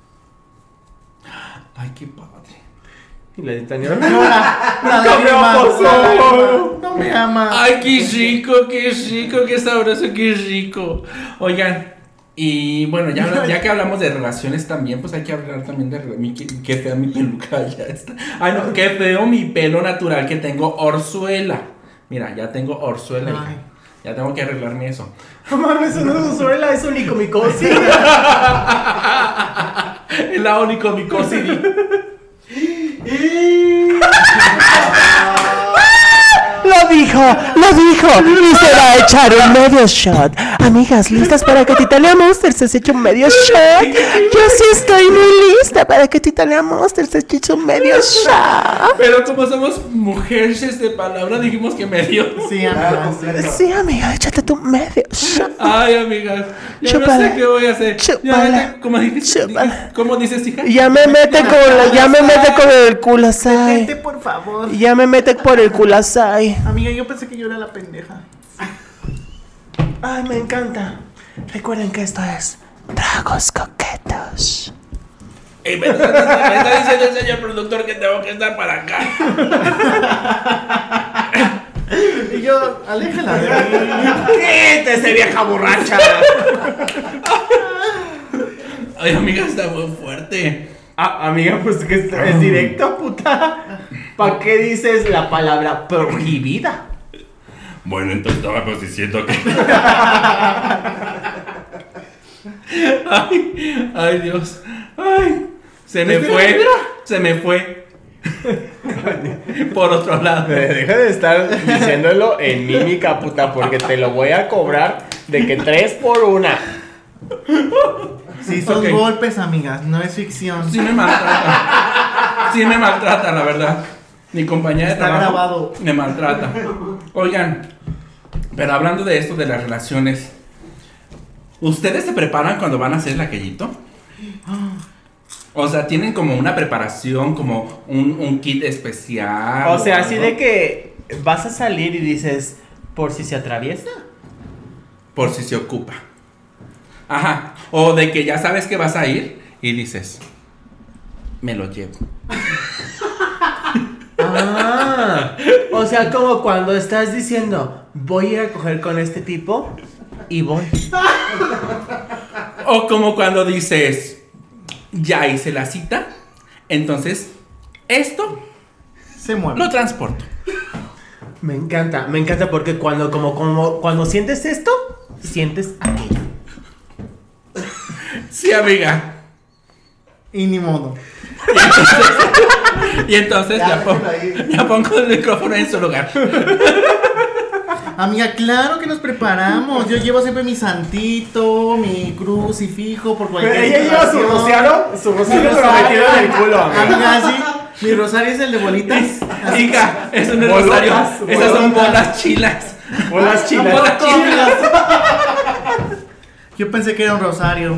Ay, qué padre. Y la Titania, No, la, la lágrima, la lágrima. No me ama. Ay, qué rico, qué rico, qué sabroso, qué rico. Oigan, y bueno, ya, ya que hablamos de relaciones también, pues hay que hablar también de mi, qué, qué fea mi peluca ya está. Ay, no, qué feo mi pelo natural que tengo orzuela. Mira, ya tengo orzuela. Hija. Ay. Ya tengo que arreglarme eso. no mames, eso no es usuela, es onicomicosis. Es la onicomicosis. Lo dijo, lo dijo, y se va a echar un medio shot. Amigas, ¿listas para que Titania Monster se eche un medio shot? Yo sí estoy muy lista para que Titania Monster se eche un medio shot. Pero como somos mujeres de palabra, dijimos que medio. Sí, amigas. Sí, amiga, échate tu medio shot. Ay, amigas, yo Chúpala. no sé qué voy a hacer. Chúpala. Ya, ¿cómo dices? Chúpala. ¿Cómo dices, hija? Ya me mete con, la- ya me mete con el culasay. Vete, por favor. Ya me mete por el culasay. Amiga, yo pensé que yo era la pendeja. Ay, me encanta. Recuerden que esto es Tragos Coquetos. Ey, me, está, me está diciendo el señor productor que tengo que estar para acá. Y yo, aléjala de mí. ¡Quítese, vieja borracha! Ay, amiga, está muy fuerte. Ah, amiga, pues que es, es directo, puta. ¿Para qué dices la palabra prohibida? Bueno, entonces estábamos diciendo que. Ay, ay, Dios. Ay, se me fue. Se me fue. Por otro lado. Deja de estar diciéndolo en mímica, puta, porque te lo voy a cobrar de que tres por una. Sí, son Ok. golpes, amigas, no es ficción. Sí me maltrata. Sí me maltrata, la verdad. Mi compañera de Está trabajo grabado. me maltrata. Oigan, pero hablando de esto de las relaciones, ¿ustedes se preparan cuando van a hacer el aquellito? O sea, tienen como una preparación, como un, un kit especial. O sea, así algo? de que vas a salir y dices, por si se atraviesa. Por si se ocupa. Ajá. O de que ya sabes que vas a ir y dices, me lo llevo. Ah, o sea, como cuando estás diciendo, voy a ir a coger con este tipo y voy. O como cuando dices, ya hice la cita, entonces esto Se mueve. lo transporto. Me encanta, me encanta porque cuando, como, como, cuando sientes esto, sientes aquello. Sí, amiga. Y ni modo. Y entonces ya, Ya, pon- déjalo ahí. ya pongo el micrófono en su lugar. Amiga, claro que nos preparamos. Yo llevo siempre mi santito, mi crucifijo por cualquier Ella lleva su situación. rosario, su rosario Su prometido rosario. en el culo, amiga. Amiga, sí. Mi rosario es el de bolitas. Así Hija, eso no es Bolotas, rosario. Esas son bolotas. bolas chilas. Bolas chilas. Bolas chilas. Yo pensé que era un rosario.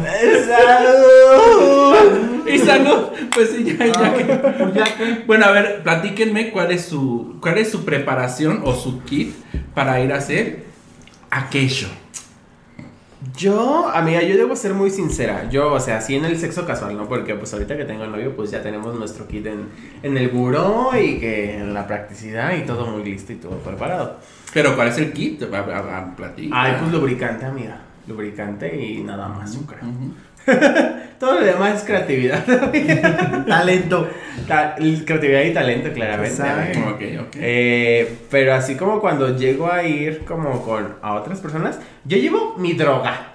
Y salud. Pues sí, ya, ya que. Pues ya que. Bueno, a ver, platíquenme cuál es su cuál es su preparación o su kit para ir a hacer aquello. Yo, amiga, yo debo ser muy sincera. Yo, o sea, sí en el sexo casual, ¿no? Porque pues ahorita que tengo novio, pues ya tenemos nuestro kit en, en el buró y que en la practicidad y todo muy listo y todo preparado. Pero ¿cuál es el kit? A, a, a platica. Ay, pues lubricante, amiga. Lubricante y nada más, yo creo. Ujú. Todo lo demás es creatividad. Talento. Ta- creatividad y talento, claramente. Sabe. amiga. Ok, ok. Eh, pero así como cuando llego a ir como con a otras personas, yo llevo mi droga.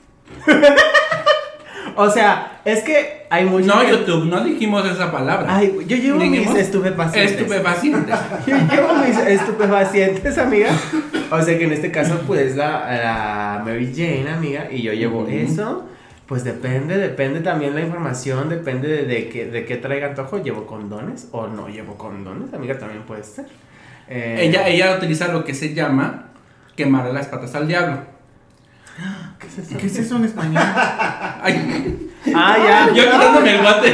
O sea, es que hay mucho. No, YouTube, no dijimos esa palabra. Ay, yo llevo Dijimos mis estupefacientes. Estupefacientes. Yo llevo mis estupefacientes, amiga. O sea que en este caso, pues la, la Mary Jane, amiga, y yo llevo Ujú. eso. Pues depende, depende también la información, depende de, de, qué, de qué traiga antojo. ¿Llevo condones o no llevo condones? Amiga, también puede ser. Eh, Ella, ella utiliza lo que se llama quemarle las patas al diablo. ¿Qué es eso? ¿Qué es eso en español? Ay, Ah, ya. yo quitándome el guante.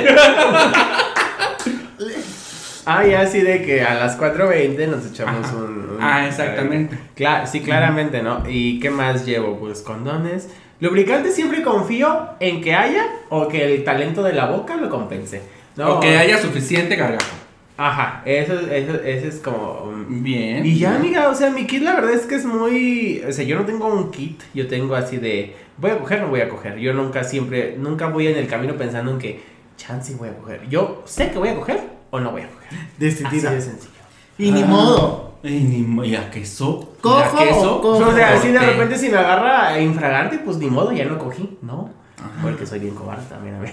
Ah, ya, así de que a las cuatro veinte nos echamos Ajá. un, un- Ah, exactamente. Cla- sí, claramente, ¿no? ¿Y qué más llevo? Pues condones. Lubricante siempre confío en que haya o que el talento de la boca lo compense. ¿no? O que haya suficiente gargajo. Ajá, eso, eso, eso es como... um, Bien. Y ya, amiga, o sea, mi kit la verdad es que es muy... O sea, yo no tengo un kit, yo tengo así de... Voy a coger, no voy a coger. Yo nunca siempre, nunca voy en el camino pensando en que... Chance voy a coger. Yo sé que voy a coger o no voy a coger. Así Decidida. de sencillo. Y ni modo. Y, ni mo- y a queso. Cojo y a queso. o cojo. O sea, así de Ok. repente si me agarra infragante, pues ni modo, ya no cogí, ¿no? Ajá. Porque soy bien cobarde también, a ver.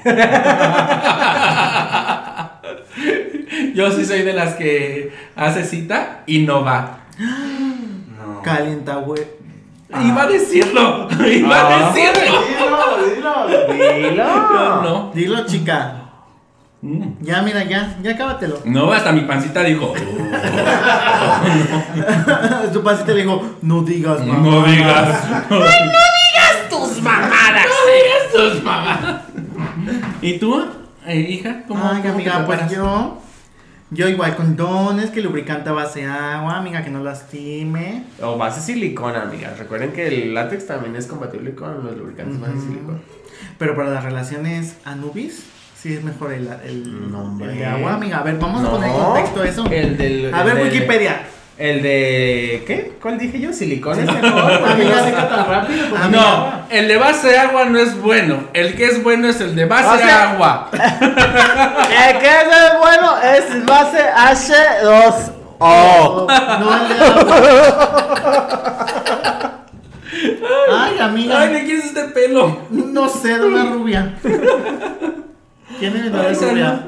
Yo sí soy de las que hace cita y no va. No. Calienta, güey. Iba a decirlo. Iba a Ah. decirlo. Dilo, dilo. Dilo. No, no. Dilo, chica. Mm. Ya, mira, ya. Ya cábatelo. No, hasta mi pancita dijo. Su pancita le dijo, no digas mamá. No digas. Ay, no digas tus mamadas. No digas tus mamadas. ¿Y tú, eh, hija? ¿Cómo, Ay, cómo amiga, te pues preparas? yo. Yo igual condones, que lubricante a base de agua, amiga, que no lastime. O base silicona, amiga. Recuerden que el látex también es compatible con los lubricantes base Ujú. silicona. Pero para las relaciones Anubis, sí es mejor el, el, No, hombre. el de agua, amiga. A ver, vamos No, a poner en contexto eso. El del. A el ver, del- Wikipedia. El de. ¿Qué? ¿Cuál dije yo? Silicona es mejor. Porque Amiga, no seca tan rápido. porque amiga. No, el de base de agua no es bueno. El que es bueno es el de base O de sea- agua. El que es bueno es base H dos O. No, el de agua. Ay, amiga. Ay, ¿de quién es este pelo? No sé, de una rubia. ¿Quién es la Ay, rubia?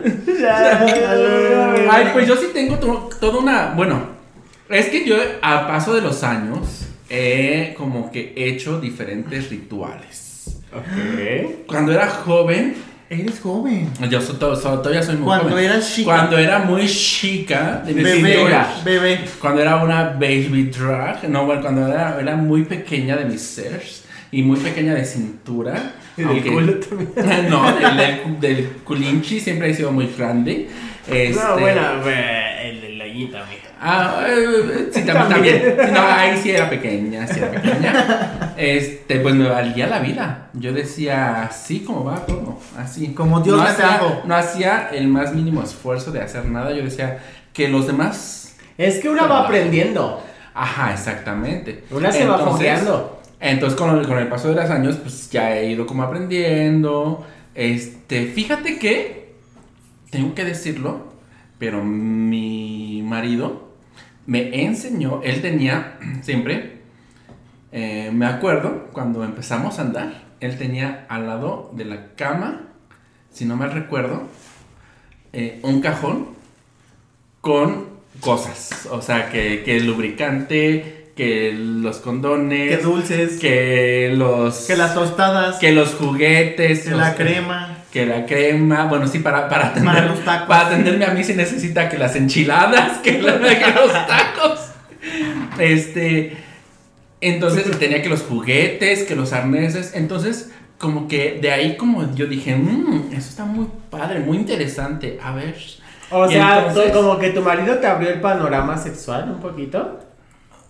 Ay, pues yo sí tengo to- toda una. Bueno, es que yo a paso de los años he como que hecho diferentes rituales. Ok. Cuando era joven, Eres joven. yo so- to- so- todavía soy muy Cuando joven. eras chica. Cuando era muy chica de mi Bebé, cintura. bebé. Cuando era una baby drag, no, bueno, cuando era, era muy pequeña de mis seres y muy pequeña de cintura. Y del aunque- culo también. No, del, del, del culinchi siempre he sido muy grande. Este, No, bueno, eh, el del layita, amiga. Ah, eh, sí, también. también. No, ahí sí era pequeña, sí era pequeña. Este, pues me valía la vida. Yo decía, así como va todo, así. Como Dios no me hacía, trajo. no hacía el más mínimo esfuerzo de hacer nada. Yo decía que los demás. Es que una va aprendiendo. Ajá, exactamente. Una se va Entonces, fogueando. Entonces, con el, con el paso de los años, pues ya he ido como aprendiendo. Este, fíjate que, tengo que decirlo, pero mi marido me enseñó, él tenía siempre, eh, me acuerdo, cuando empezamos a andar, él tenía al lado de la cama, si no mal recuerdo, eh, un cajón con cosas. O sea, que, que el lubricante, que los condones, Que dulces. que los Que las tostadas. que los juguetes, Que los- la crema. que la crema, bueno, sí, para, para, atender, Para los tacos. para atenderme a mí se necesita que las enchiladas, que, la- que los tacos. Este, entonces tenía que los juguetes, que los arneses, entonces como que de ahí como yo dije, mmm, eso está muy padre, muy interesante, a ver. O Y sea, entonces- tú- como que tu marido te abrió el panorama sexual un poquito.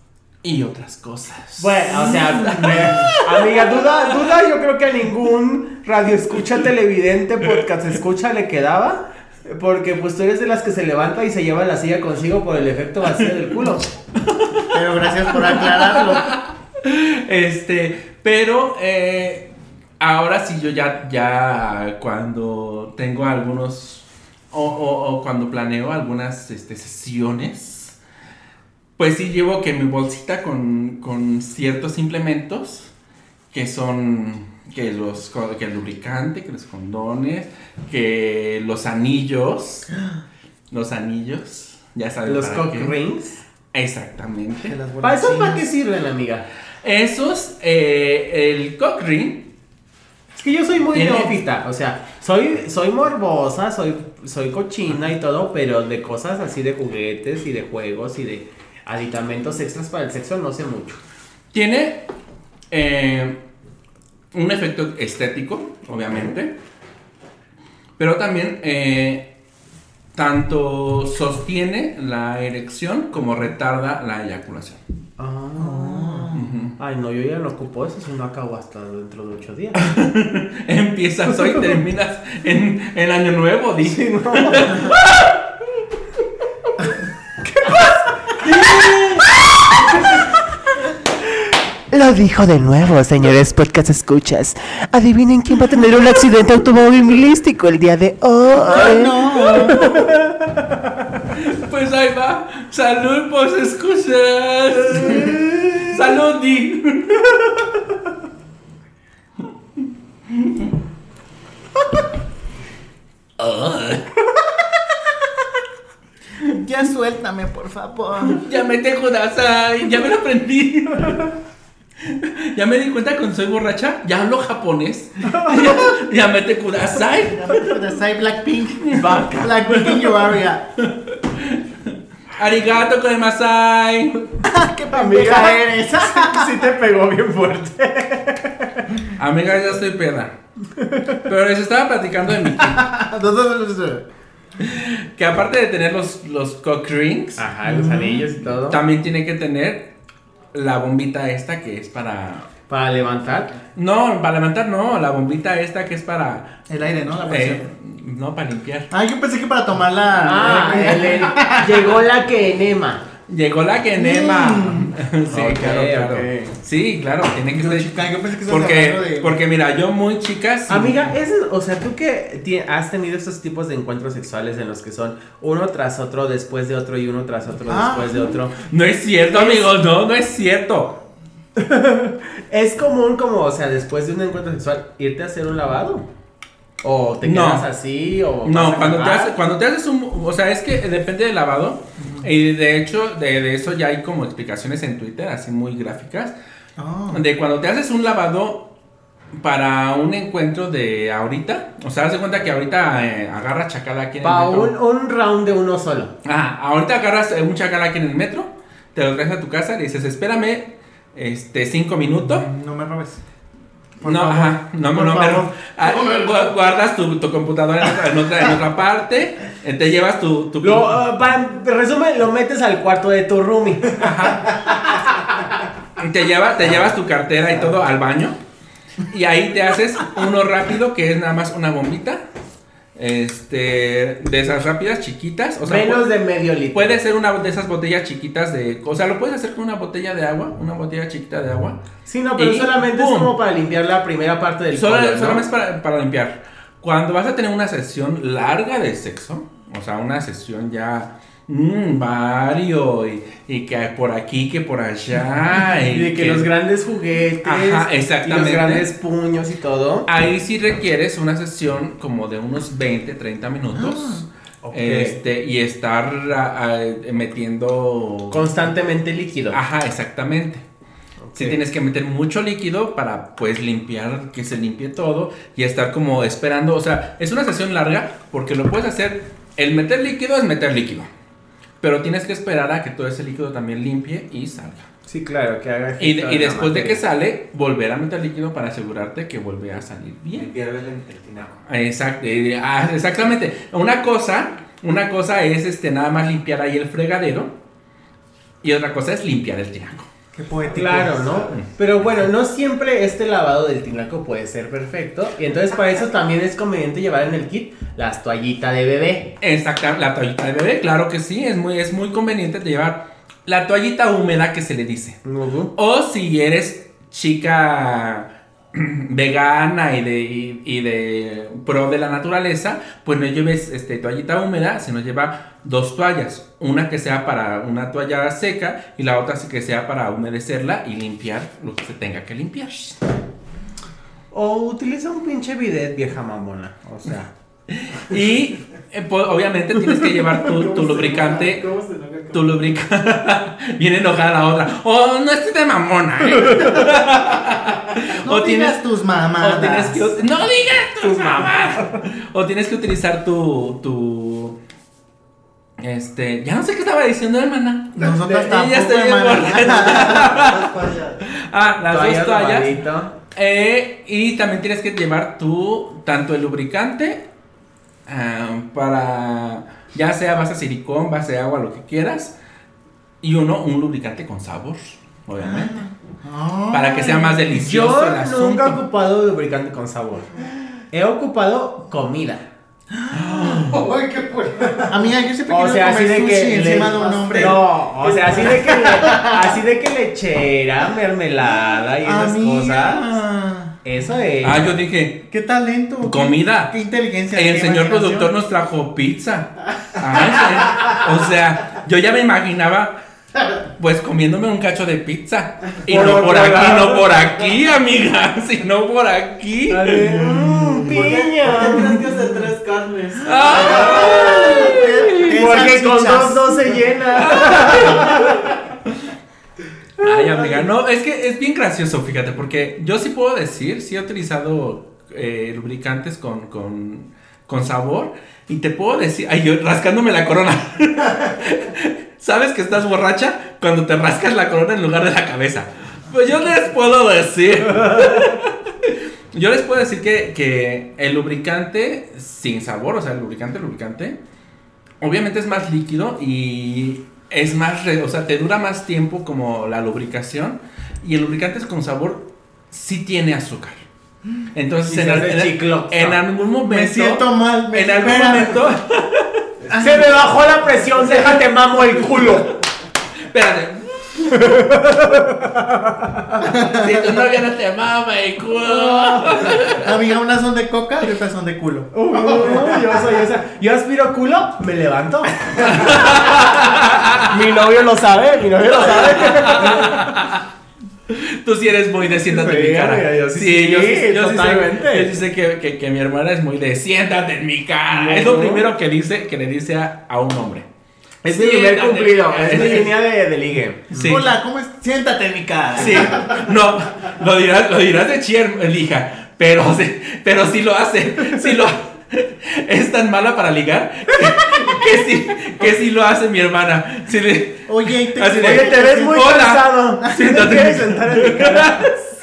y otras cosas. Bueno, o sea, me- amiga, duda, duda, yo creo que a ningún radio escucha, televidente, podcast escucha le quedaba. Porque pues tú eres de las que se levanta y se lleva la silla consigo por el efecto vacío del culo. Pero gracias por aclararlo. Este, pero eh, ahora sí yo ya, ya cuando tengo algunos, o, o, o cuando planeo algunas este, sesiones, pues sí llevo que mi bolsita con, con ciertos implementos que son... Que, los, que el lubricante, que los condones, que los anillos, los anillos, ya sabes. Los para cock qué. rings. Exactamente. De las ¿Para eso para qué bolichinas. sirven, amiga? Esos, eh, el cock ring, Es que yo soy muy Tiene- neófita, o sea, soy, soy morbosa, soy, soy cochina y todo, pero de cosas así de juguetes y de juegos y de aditamentos extras para el sexo no sé mucho. tiene eh, un efecto estético, obviamente, pero también eh, tanto sostiene la erección como retarda la eyaculación. Ah. Ujú. Ay, no, yo ya no ocupo eso, si no acabo hasta dentro de ocho días. Empiezas hoy y terminas en el año nuevo, dije. Sí, no. Lo dijo de nuevo, señores podcast escuchas. Adivinen quién va a tener un accidente automovilístico el día de hoy. Pues ahí va. Salud, pues escuchas. Salud, Di. Ya suéltame, por favor. Ya me te Kudasai. Ya me lo aprendí. Ya me di cuenta cuando soy borracha. Ya hablo japonés. Ya, ya me te Kudasai. Kudasai Blackpink. Blackpink in your area. Arigato koimasai. ¡Qué Amiga, pendeja eres! sí te pegó bien fuerte. Amiga, ya estoy peda. Pero les estaba platicando de mi que aparte de tener los, los cock rings, Ajá, los anillos y todo. también tiene que tener la bombita esta que es para... Para levantar. No, para levantar no, la bombita esta que es para... El aire, ¿no? La presión. eh, no, para limpiar. Ah, yo pensé que para tomar la. Ah, el- el- llegó la que enema. Llegó la que enema. Sí, Ok, claro, claro. ok. Sí, claro, tiene que Yo, ser... chica, yo pensé que estabas Porque, hablando de. porque mira, yo muy chica... sí- Amiga, ese, o sea, tú que ti- has tenido estos tipos de encuentros sexuales en los que son uno tras otro, después de otro y uno tras otro, Ah. después de otro. No es cierto, Es- amigos, no, no es cierto. ¿Es común como, o sea, después de un encuentro sexual, irte a hacer un lavado? ¿O te No. quedas así? ¿O vas No, a cuando te, cagar? haces, cuando te haces un... O sea, es que depende del lavado. Y de hecho, de, de eso ya hay como explicaciones en Twitter, así muy gráficas. Ah. De cuando te haces un lavado para un encuentro de ahorita. O sea, haz de cuenta que ahorita eh, agarras chacal aquí en Pa' el un, metro. un round de uno solo. Ah, ahorita agarras eh, un chacal aquí en el metro. Te lo traes a tu casa y le dices, espérame este, cinco minutos. No me robes. Por no, favor. ajá, no, Por no, me favor. ro- ah, gu- guardas tu, tu computadora en otra, en otra, en otra parte, eh, te llevas tu... tu Lo, ah, para resumen, lo metes al cuarto de tu roomie. y te, lleva, te llevas tu cartera y todo al baño, y ahí te haces uno rápido, que es nada más una bombita, este, de esas rápidas, chiquitas, o sea, Menos puede, de medio litro. puede ser una de esas botellas chiquitas de... O sea, lo puedes hacer con una botella de agua, una botella chiquita de agua. Sí, no, pero y solamente ¡pum! es como para limpiar la primera parte del Solo, colon, ¿no? solamente es para, para limpiar. Cuando vas a tener una sesión larga de sexo, o sea, una sesión ya mmm, vario y, y que por aquí, que por allá. Y de que, los grandes juguetes. Ajá, Y exactamente. los grandes puños y todo. Ahí sí requieres una sesión como de unos veinte, treinta minutos. Ok. Este, y estar ah, ah, metiendo... Constantemente líquido. Ajá, exactamente. Sí Ok. tienes que meter mucho líquido para pues limpiar, que se limpie todo y estar como esperando, o sea, es una sesión larga porque lo puedes hacer, el meter líquido es meter líquido, pero tienes que esperar a que todo ese líquido también limpie y salga. Sí, claro, que haga Y, efecto y en la después de que materia. sale, volver a meter líquido para asegurarte que vuelve a salir bien. Pierde el, el tinaco. Exacto, eh, ah, exactamente. Una cosa, una cosa es este nada más limpiar ahí el fregadero y otra cosa es limpiar el tinaco. Qué poético. Claro, ¿no? Pero bueno, no siempre este lavado del tinaco puede ser perfecto. Y entonces para eso también es conveniente llevar en el kit las toallitas de bebé. Exacto, la toallita de bebé, claro que sí, es muy, es muy conveniente llevar la toallita húmeda que se le dice. Uh-huh. O si eres chica vegana y de, y, y de pro de la naturaleza, pues no lleves este, toallita húmeda, sino lleva dos toallas. Una que sea para una toalla seca y la otra sí que sea para humedecerla y limpiar lo que se tenga que limpiar. O utiliza un pinche bidet, vieja mamona. O sea. Y eh, pues, obviamente tienes que llevar tu, tu lubricante. ¿Cómo se enoja con- Tu lubricante. Viene enojada la otra. Oh, no estés de mamona, ¿eh? No o digas tus mamadas. O tienes que, no digas tus mamadas. O tienes que utilizar tu, tu. Este. Ya no sé qué estaba diciendo, hermana. Nosotras Ya tampoco, estoy bien hermana. borracha. Ah, las Toallas dos de toallas. babadito. Eh, y también tienes que llevar tu. Tanto el lubricante. ah, para. Ya sea base silicón, base agua, lo que quieras. Y uno, un lubricante con sabor, obviamente. Ay. Para que sea más delicioso el Yo asunto. nunca he ocupado lubricante con sabor. He ocupado comida. Ay, qué fuerte. Amiga, yo siempre O quiero sea, así comer de sushi que encima le- de un hombre. No, o sea, así de que le, así de que lechera, mermelada y esas cosas. Amiga. Eso es. Ah, yo dije, Qué talento. comida. Qué inteligencia. El qué señor imaginación. productor nos trajo pizza. Ah, sí. O sea, yo ya me imaginaba, pues comiéndome un cacho de pizza. Y Por no otro por aquí, lado. no por aquí, amiga. Sino por aquí. A ver, mm, ¿Por qué- piña. ¿Por qué tienes que hacer tres carnes? ¿Qué- qué Porque con salchichas? dos no se llena. Ay, amiga, no, es que es bien gracioso, fíjate, porque yo sí puedo decir, sí he utilizado eh, lubricantes con, con, con sabor, y te puedo decir, ay, yo rascándome la corona. ¿Sabes que estás borracha cuando te rascas la corona en lugar de la cabeza? Pues yo les puedo decir. Yo les puedo decir que, que el lubricante sin sabor, o sea, el lubricante, lubricante, obviamente es más líquido y es más, re- o sea, te dura más tiempo como la lubricación, y el lubricante con sabor sí tiene azúcar. Entonces, Y en, se al- hace en- chicloso. en algún momento, Me siento mal. me- en algún espérame. momento, Se me bajó la presión, déjate mamo el culo. espérate. Si tu novia no te mama el culo. Amiga, unas son de coca y otras son de culo. Uh, yo soy esa. Yo aspiro culo, me levanto. Mi novio lo sabe, mi novio lo sabe. Tú sí eres muy de siéntate en Sí, mi cara. amiga, yo sí- sí, yo sí, yo sí sé, totalmente. yo sí sé que, que, que mi hermana es muy de siéntate en mi cara. No. Es lo primero que dice, que le dice a, a un hombre. Es mi primer Siéntate. cumplido, es mi línea de, de ligue. Sí. Hola, ¿cómo es? Siéntate en mi cara. Sí. No, lo dirás, lo dirás de chier, elija. Pero, sí- pero sí lo hace. Sí lo es tan mala para ligar que, que sí, que sí lo hace mi hermana. Sí le- Oye, y te, Así de- Oye, te ves muy Hola. cansado. Siéntate. ¿No quieres sentar en mi cara?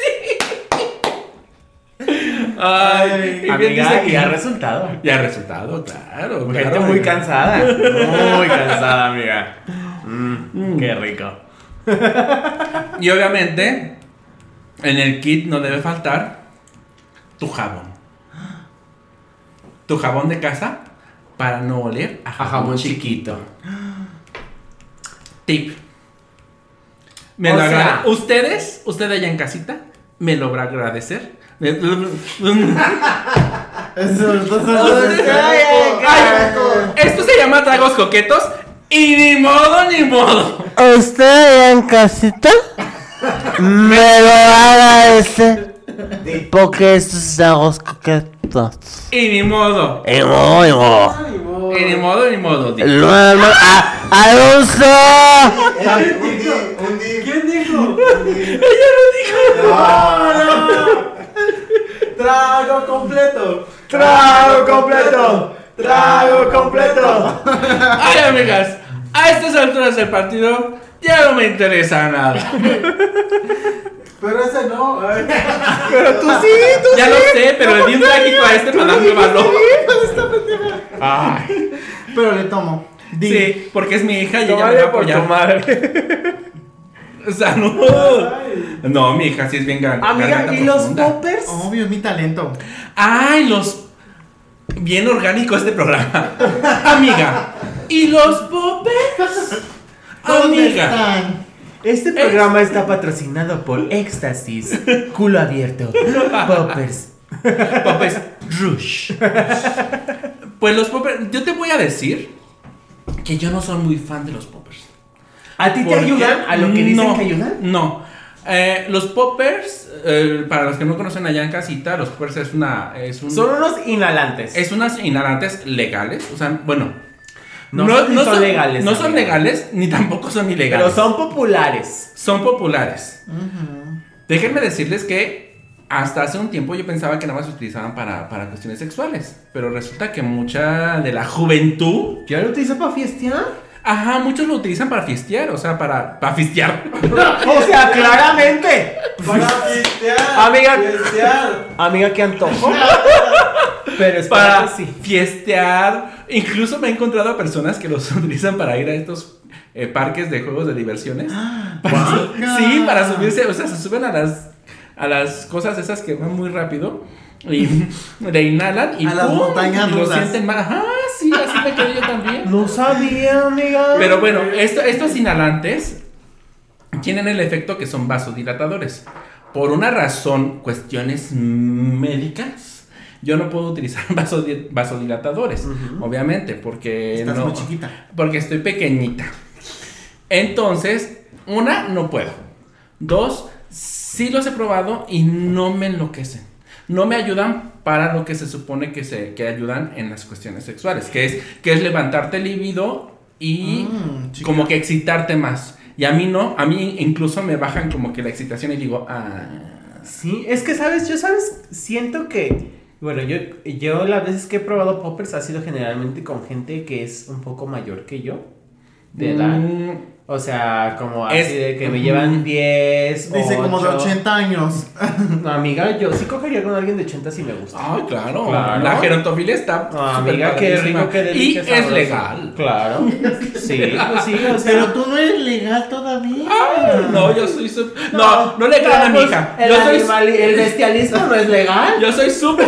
Ay, y bien Amiga, dice que- y ha resultado. Ya ha resultado, claro. Gente claro, muy amiga. cansada. Muy cansada, amiga. Mm, qué rico. Y obviamente, en el kit no debe faltar tu jabón. Tu jabón de casa para no oler a jabón, jabón chiquito. Tip. Me O lo sea- agrade- Ustedes, usted allá en casita, me lo va a agradecer. Eso, Ay, esto se llama tragos coquetos y ni modo ni modo. ¿Usted en casita? Me lo agradece. Porque estos tragos coquetos. Y ni modo. Y modo, y modo. Y ni modo ni modo. di. No, no, a- ¡Alonso! ¿Quién dijo? Trago completo. Trago completo. Trago completo. Ay, amigas, a estas alturas del partido ya no me interesa nada. Pero ese no. Ay. Pero tú sí, tú Ya lo sé, pero le di un traguito a este para darme valor. Ay, Pero le tomo. Di. Sí, porque es mi hija y ella me va a tómale por tu apoyar. madre. ¡Salud! Ay. No, mi hija sí es bien gar- Amiga, garganta ¿y los profunda. poppers? Obvio, es mi talento. ¡Ay, los... Bien orgánico este programa. Amiga, ¿y los poppers? ¿Dónde Amiga. están? Este programa está patrocinado por Éxtasis, culo abierto, poppers. Poppers Rush. Pues los poppers, yo te voy a decir que yo no soy muy fan de los poppers. ¿A ti te ¿Por qué? ayudan a lo que dicen No, que ayudan? No. Eh, los poppers, eh, para los que no conocen allá en casita, los poppers es una. Es un, Son unos inhalantes. es unas inhalantes legales. O sea, bueno. No son- son legales, No son amiga. legales, ni tampoco son ilegales. Pero son populares. Son populares. Ujú. Déjenme decirles que hasta hace un tiempo yo pensaba que nada más se utilizaban para, para cuestiones sexuales. Pero resulta que mucha de la juventud. ¿Ya lo utilizo para fiestear? Ajá, muchos lo utilizan para fiestear, o sea, para, para fiestear. O sea, claramente. Para fiestear. Amiga. Fiestear. Amiga, qué antojo. Pero es Para para sí. fiestear. Incluso me he encontrado a personas que los utilizan para ir a estos eh, parques de juegos de diversiones. Para su- Chica. sí, para subirse, o sea, se suben a las a las cosas esas que van muy rápido y le inhalan y A las ¡pum! montañas y lo rusas. sienten más. Ajá, sí, así me quedé yo también. No sabía, amiga. Pero bueno, esto- estos inhalantes tienen el efecto que son vasodilatadores. Por una razón, cuestiones médicas, yo no puedo utilizar vasodi- vasodilatadores, obviamente, porque Estás no, muy chiquita. porque estoy pequeñita. Entonces, una, no puedo. Dos, sí los he probado y no me enloquecen. No me ayudan para lo que se supone que se que ayudan en las cuestiones sexuales, que es que es levantarte el libido y Mm, chica. como que excitarte más. Y a mí no, a mí incluso me bajan como que la excitación y digo, ah, Sí, es que, ¿sabes? Yo, ¿sabes? Siento que... Bueno, yo, yo las veces que he probado poppers ha sido generalmente con gente que es un poco mayor que yo. De edad. mm, O sea, como así Es- de que me Ujú. llevan diez, Dice como de ocho. ochenta años. No, amiga, yo sí cogería con alguien de ochenta si me gusta. ay, claro, Claro. la gerontofilia está Ah, súper amiga, qué padrísima. rico, qué y delicia. es sabroso. legal. Claro. Sí, pues sí, o sea. Pero tú no eres legal todavía. Ay, no, yo soy súper. No, no le crean a mi pues, hija. El, Yo soy, animal- el bestialismo no es legal. yo soy súper.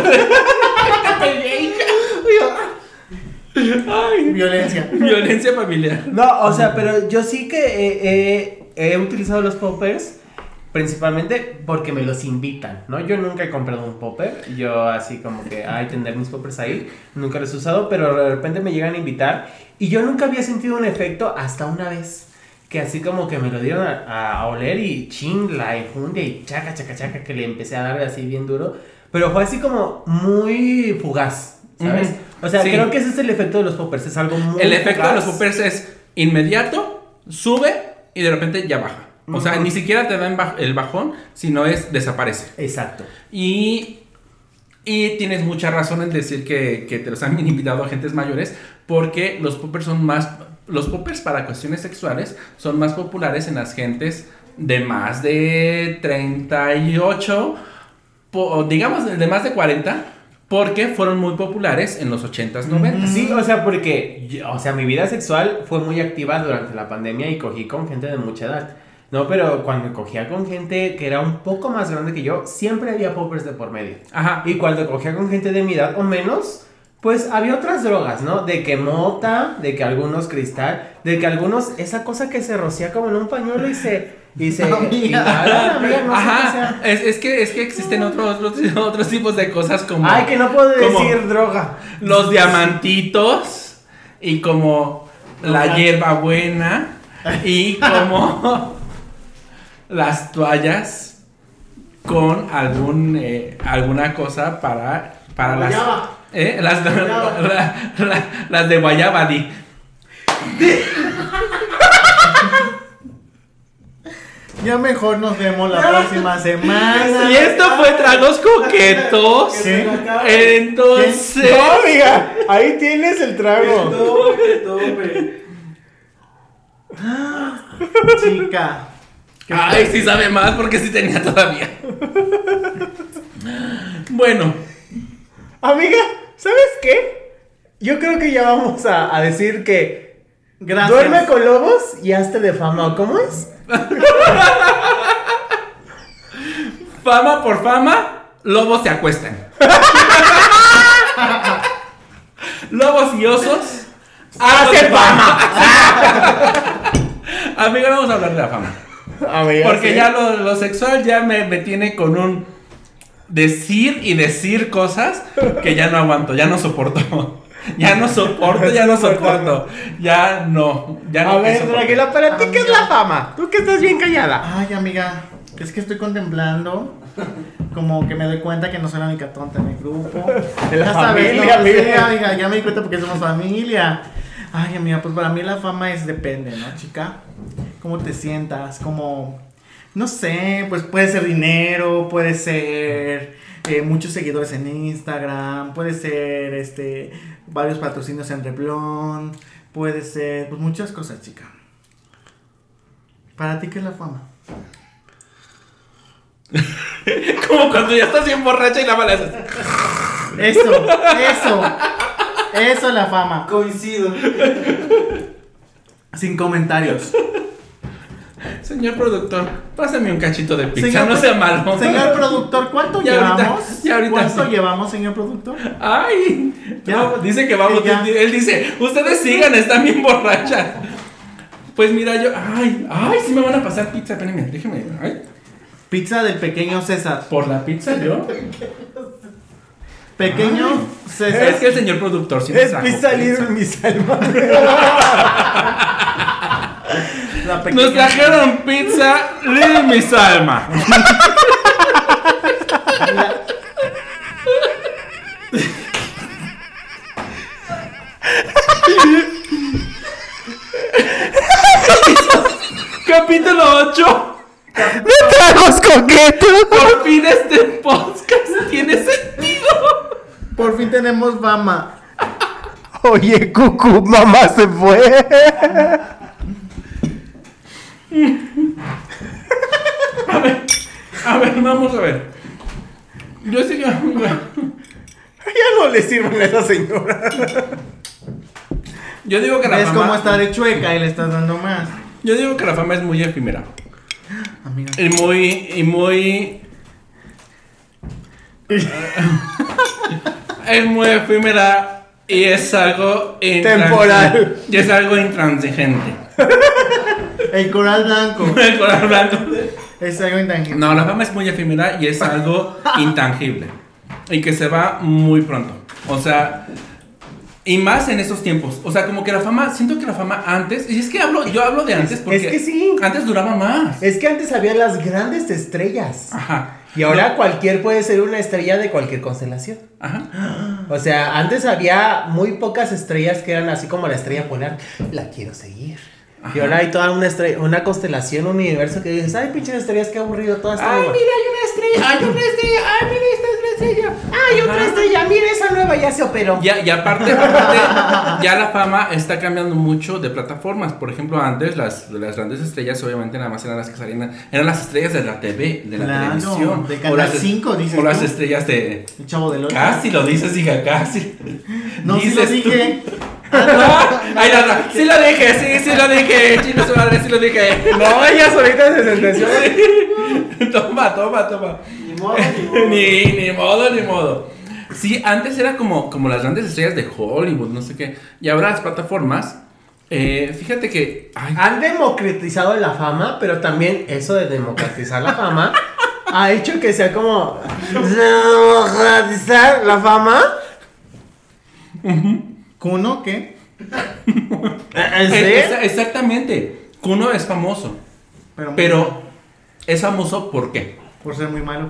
Ay, Violencia. violencia familiar. No, o sea, pero yo sí que eh, eh, he utilizado los poppers principalmente porque me los invitan, ¿no? Yo nunca he comprado un popper, yo así como que, ay, tener mis poppers ahí, nunca los he usado, pero de repente me llegan a invitar y yo nunca había sentido un efecto hasta una vez, que así como que me lo dieron a, a oler y ching, la enjundia y chaca, chaca, chaca, que le empecé a dar así bien duro, pero fue así como muy fugaz, ¿sabes? Ujú. O sea, Sí. creo que ese es el efecto de los poppers, es algo muy El efecto de los fugaz. poppers es inmediato, sube y de repente ya baja. O sea, Ujú. ni siquiera te dan baj- el bajón, sino es desaparece. Exacto. Y, y tienes mucha razón en decir que, que te los han invitado a gentes mayores, porque los poppers son más. Los poppers para cuestiones sexuales son más populares en las gentes de más de treinta y ocho, po- digamos de más de cuarenta, porque fueron muy populares en los ochentas, noventas. Sí, o sea, porque, yo- o sea, mi vida sexual fue muy activa durante la pandemia y cogí con gente de mucha edad. No, pero cuando cogía con gente que era un poco más grande que yo, siempre había poppers de por medio. Ajá. Y cuando cogía con gente de mi edad o menos, pues había otras drogas, ¿no? De que mota, de que algunos cristal, de que algunos, esa cosa que se rocía como en un pañuelo y se... Y se... Amiga. inhala, amiga, no sé qué Ajá, sea. es, es que, es que existen otros, otros, otros tipos de cosas como Ay, que no puedo como decir droga. los diamantitos y como la hierba buena y como las toallas con algún eh, alguna cosa para para las Guayaba. ¿eh? las, Guayaba. la- la- las de guayaba di. Ya mejor nos vemos la próxima semana. Y esto fue Tragos Coquetos. Que se me acaba. Entonces, No, amiga, ahí tienes el Que trago. tome, que tome. Chica. ay, sí sabe más porque sí tenía todavía. Bueno, Amiga, ¿sabes qué? Yo creo que ya vamos a, a decir que Gracias. Duerme con lobos y hazte de fama. ¿Cómo es? Fama por fama, lobos se acuestan. Lobos y osos hacen fama. Amiga, vamos a hablar de la fama. Amiga, Porque ¿sí? ya lo, lo sexual ya me, me tiene con un decir y decir cosas que ya no aguanto, ya no soporto. Ya no soporto, ya no soporto. Ya no, ya no. A ver, soporto. tranquila, para ti, ¿qué es Amiga. la fama? Tú que estás bien callada. Ay, amiga, es que estoy contemplando. Como que me doy cuenta que no soy la única tonta en el grupo. De la Ya sabes, familia, ¿no? amiga. Sí, amiga, ya me di cuenta porque somos familia. Ay, amiga, pues para mí la fama es depende, ¿no, chica? Cómo te sientas, como, no sé, pues puede ser dinero, puede ser eh, muchos seguidores en Instagram, puede ser, este, varios patrocinios en Revlon, puede ser, pues muchas cosas, chica. ¿Para ti qué es la fama? Como cuando ya estás bien borracha y la mala haces. Eso, eso, eso es la fama. Coincido. Sin comentarios. Señor productor, pásame un cachito de pizza, Señor no pro- sea malo. Señor productor, ¿cuánto Ya ahorita- llevamos? ya ahorita ¿Cuánto sí. llevamos, señor productor? Ay, Ya. no, dice que vamos. Ya. Él dice, ustedes sigan, están bien borrachas. Pues mira, yo, ay, ay, sí me van a pasar pizza, espérenme, déjeme, ay, Pizza del pequeño César. por la pizza yo. Pequeño Es César. que el señor productor sí me Es trajo pizza libre en mis almas. La pequeña- Nos trajeron pizza Little Miss Alma. Capítulo ocho. ¡De tragos coquetos! Por fin este podcast tiene sentido. Por fin tenemos fama. Oye, cucú, mamá se fue. A ver, a ver, vamos a ver. Yo sí que. Ya no le sirven a esa señora. Yo digo que la ¿Ves fama. cómo está de chueca y le estás dando más? Yo digo que la fama es muy efímera. Amiga. Y muy. Y muy. Es muy efímera. Y es algo. intran- Temporal. Y es algo intransigente. El coral blanco. El coral blanco. Es algo intangible. No, la fama es muy efímera y es algo intangible. Y que se va muy pronto. O sea. Y más en estos tiempos. O sea, como que la fama. Siento que la fama antes. Y es que hablo. Yo hablo de antes porque. Es que sí. Antes duraba más. Es que antes había las grandes estrellas. Ajá. Y ahora cualquier puede ser una estrella de cualquier constelación. Ajá. O sea, antes había muy pocas estrellas que eran así como la estrella polar. La quiero seguir. Y ahora hay toda una estrella, una constelación, un universo que dices, ay, pinches estrellas, qué aburrido, toda esta Ay, nueva. mira, hay una estrella. Hay una estrella. Ay, mira, esta es la estrella. Ay, otra Ajá. estrella, mira esa nueva, ya se operó. Ya, y aparte, aparte, ya la fama está cambiando mucho de plataformas. Por ejemplo, antes las, las grandes estrellas obviamente nada más eran las que salían, eran las estrellas de la T V, de la Claro, televisión. de O Canal las- cinco, dices O las tú. estrellas de... El chavo del ocho. Casi lo dices, hija, casi. No, sí lo Dices tú. dije. Ay, no, no, sí lo dije, sí, sí lo dije, chino su madre, sí lo dije. No, ella solita se sentenció. Toma, toma, toma. Ni modo, ni modo. Ni, ni modo, ni modo. Sí, antes era como, como las grandes estrellas de Hollywood, no sé qué. Y ahora las plataformas, eh, fíjate que... Ay, Han democratizado la fama, pero también eso de democratizar la fama ha hecho que sea como democratizar la fama. ¿Kuno qué? ¿En eh, serio? exa- exactamente. Kuno es famoso, Pero, pero es famoso ¿por qué? por ser muy malo.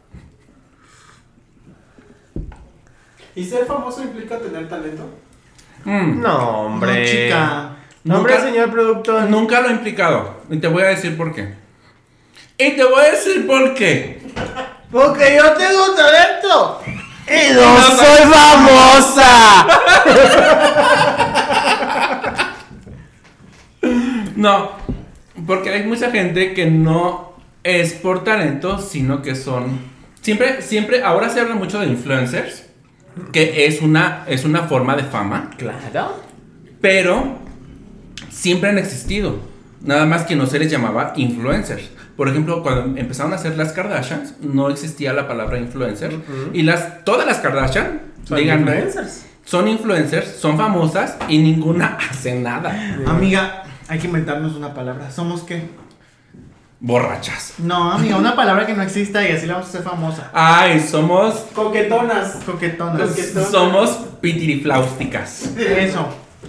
¿Y ser famoso implica tener talento? Mm, No, hombre. No, chica. No, hombre, Nunca- señor productor. Nunca lo he implicado. Y te voy a decir por qué. Y te voy a decir por qué. Porque yo tengo talento. ¡Y no soy famosa! No, porque hay mucha gente que no es por talento, sino que son... Siempre, siempre, ahora se habla mucho de influencers, que es una, es una forma de fama, Claro. pero siempre han existido. Nada más que no se les llamaba influencers. Por ejemplo, cuando empezaron a hacer las Kardashians, no existía la palabra influencer. Uh-huh. Y las todas las Kardashian, son díganme, influencers. Son influencers, son famosas y ninguna hace nada. Sí. Amiga, hay que inventarnos una palabra. ¿Somos qué? Borrachas. No, amiga, una palabra que no exista y así la vamos a hacer famosa. Ay, somos... Coquetonas. Coquetonas. Coquetonas. Somos pitiriflausticas. Eso.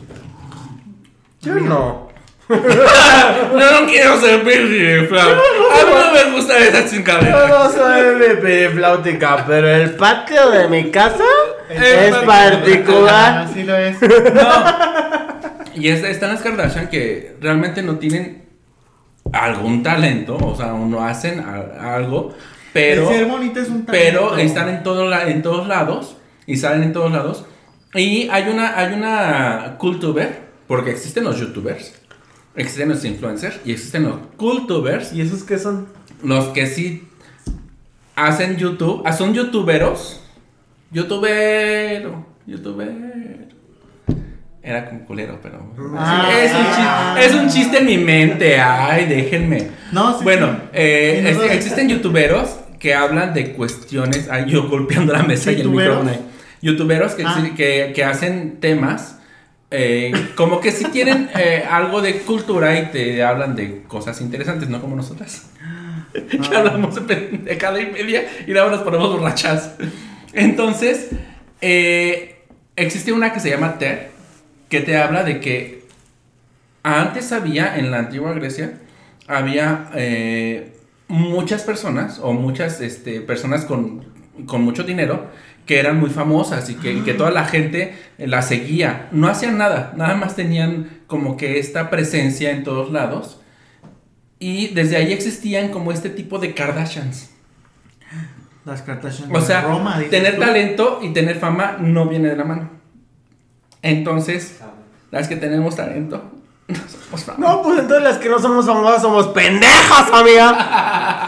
Yo no. No, no quiero ser pitiriflau. A mí no me gusta esa Yo chingadera. no soy pipirifláutica, pero el patio de mi casa Es es particular. Así lo es. No. Y es- están las Kardashian que realmente no tienen algún talento, o sea, no hacen a- algo, pero... El ser bonita es un talento. Pero están en, todo la- en todos lados y salen en todos lados. Y hay una, hay una cultuber, porque existen los youtubers, existen los influencers y existen los cultubers, ¿Y esos qué son? los que sí hacen YouTube, ah, son youtuberos, youtubero, youtubero. Era como culero, pero Ah. es, un chiste, es un chiste en mi mente, ay, déjenme. No, sí, Bueno, sí. eh, Y no es- lo- existen youtuberos que hablan de cuestiones, ay, yo golpeando la mesa y el ¿Youtuberos? micrófono ahí. Youtuberos que, Ah. sí- que, que hacen temas eh, como que sí tienen eh, algo de cultura y te hablan de cosas interesantes, no como nosotras. Que hablamos de pendejada y media y luego nos ponemos borrachas. Entonces, eh, existe una que se llama T E D, que te habla de que antes había, en la antigua Grecia, había eh, muchas personas o muchas este, personas con, con mucho dinero que eran muy famosas y que, que toda la gente las seguía. No hacían nada, nada más tenían como que esta presencia en todos lados. Y desde ahí existían como este tipo de Kardashians. Las Kardashian O sea, de Roma, dices tener tú. talento y tener fama no viene de la mano. Entonces, las que tenemos talento, no somos famosas. No, pues entonces las que no somos famosas somos pendejas, amiga.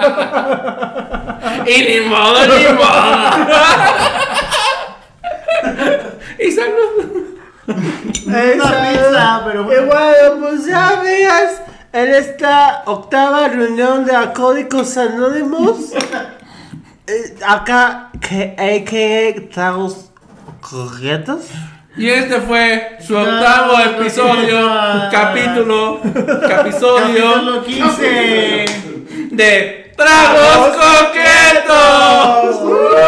Y ni modo, ni modo. Y salud. Una pizza, pero Y bueno. bueno, pues ya, amigas, en esta octava reunión de Alcohólicos Anónimos, eh, acá, que A K A Tragos Coquetos. Y este fue su octavo No, episodio, no, no. capítulo, capisodio Capítulo quince. de Tragos Coquetos.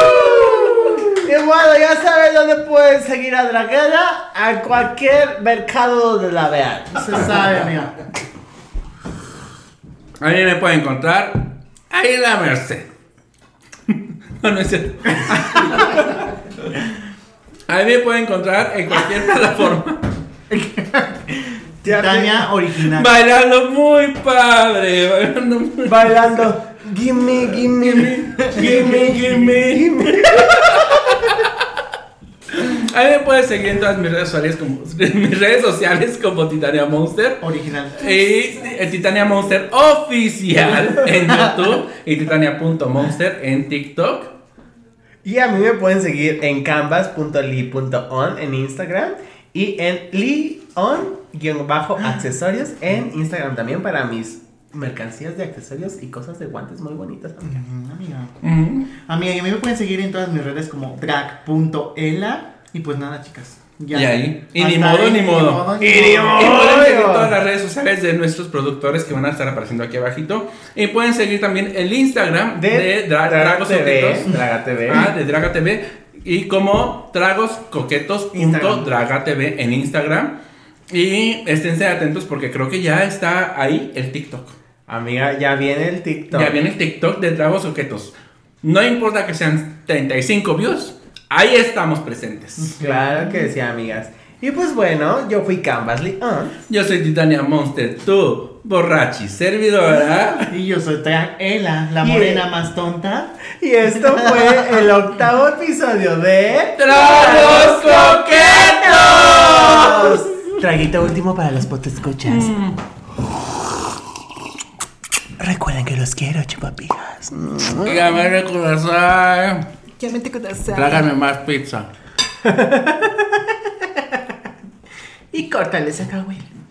Y bueno, ya saben dónde pueden seguir a Dragana, a cualquier mercado donde la vean. Se sabe, amiga. A mí me pueden encontrar ahí en la Merced. No, no es cierto. A mí me pueden encontrar en cualquier plataforma. Tania original. Bailando muy padre. Bailando muy Bailando. Gimme, gimme, gimme, gimme, gimme. A mí me pueden seguir en todas mis redes sociales como, mis redes sociales como Titania Monster. Original. Y eh, Titania Monster oficial en YouTube y Titania.monster en TikTok. Y a mí me pueden seguir en canvas punto ly punto on en Instagram y en lyon-accesorios en Instagram también para mis mercancías de accesorios y cosas de guantes muy bonitas. Amiga. Mm, amiga. Mm. Amiga, y a mí me pueden seguir en todas mis redes como drag.ela. Y pues nada, chicas. Ya. Y ahí. Y Hasta ni modo, ahí, ni modo. ni Y ni modo. Y pueden seguir todas las redes sociales de nuestros productores que van a estar apareciendo aquí abajito. Y pueden seguir también el Instagram de, De Dra- Draga Tragos T V, Coquetos. Draga T V. Ah, de Draga T V. Y como Tragos Coquetos Instagram. Draga T V en Instagram. Y esténse atentos porque creo que ya está ahí el TikTok. Amiga, ya viene el TikTok. Ya viene el TikTok de Tragos Coquetos. No importa que sean treinta y cinco views, ahí estamos presentes. Claro que sí, amigas. Y pues bueno, yo fui Canvas Leon. Yo soy Titania Monster, tu borrachi servidora. Y yo soy drag Ela, la Y- morena más tonta. Y esto fue el octavo episodio de ¡Tragos Coquetos! Traguito último para los potescuchas. Recuerden que los quiero, chupapijas. Dígame de corazón. Llámate corazón. Trágame más pizza. Y córtale esa güey.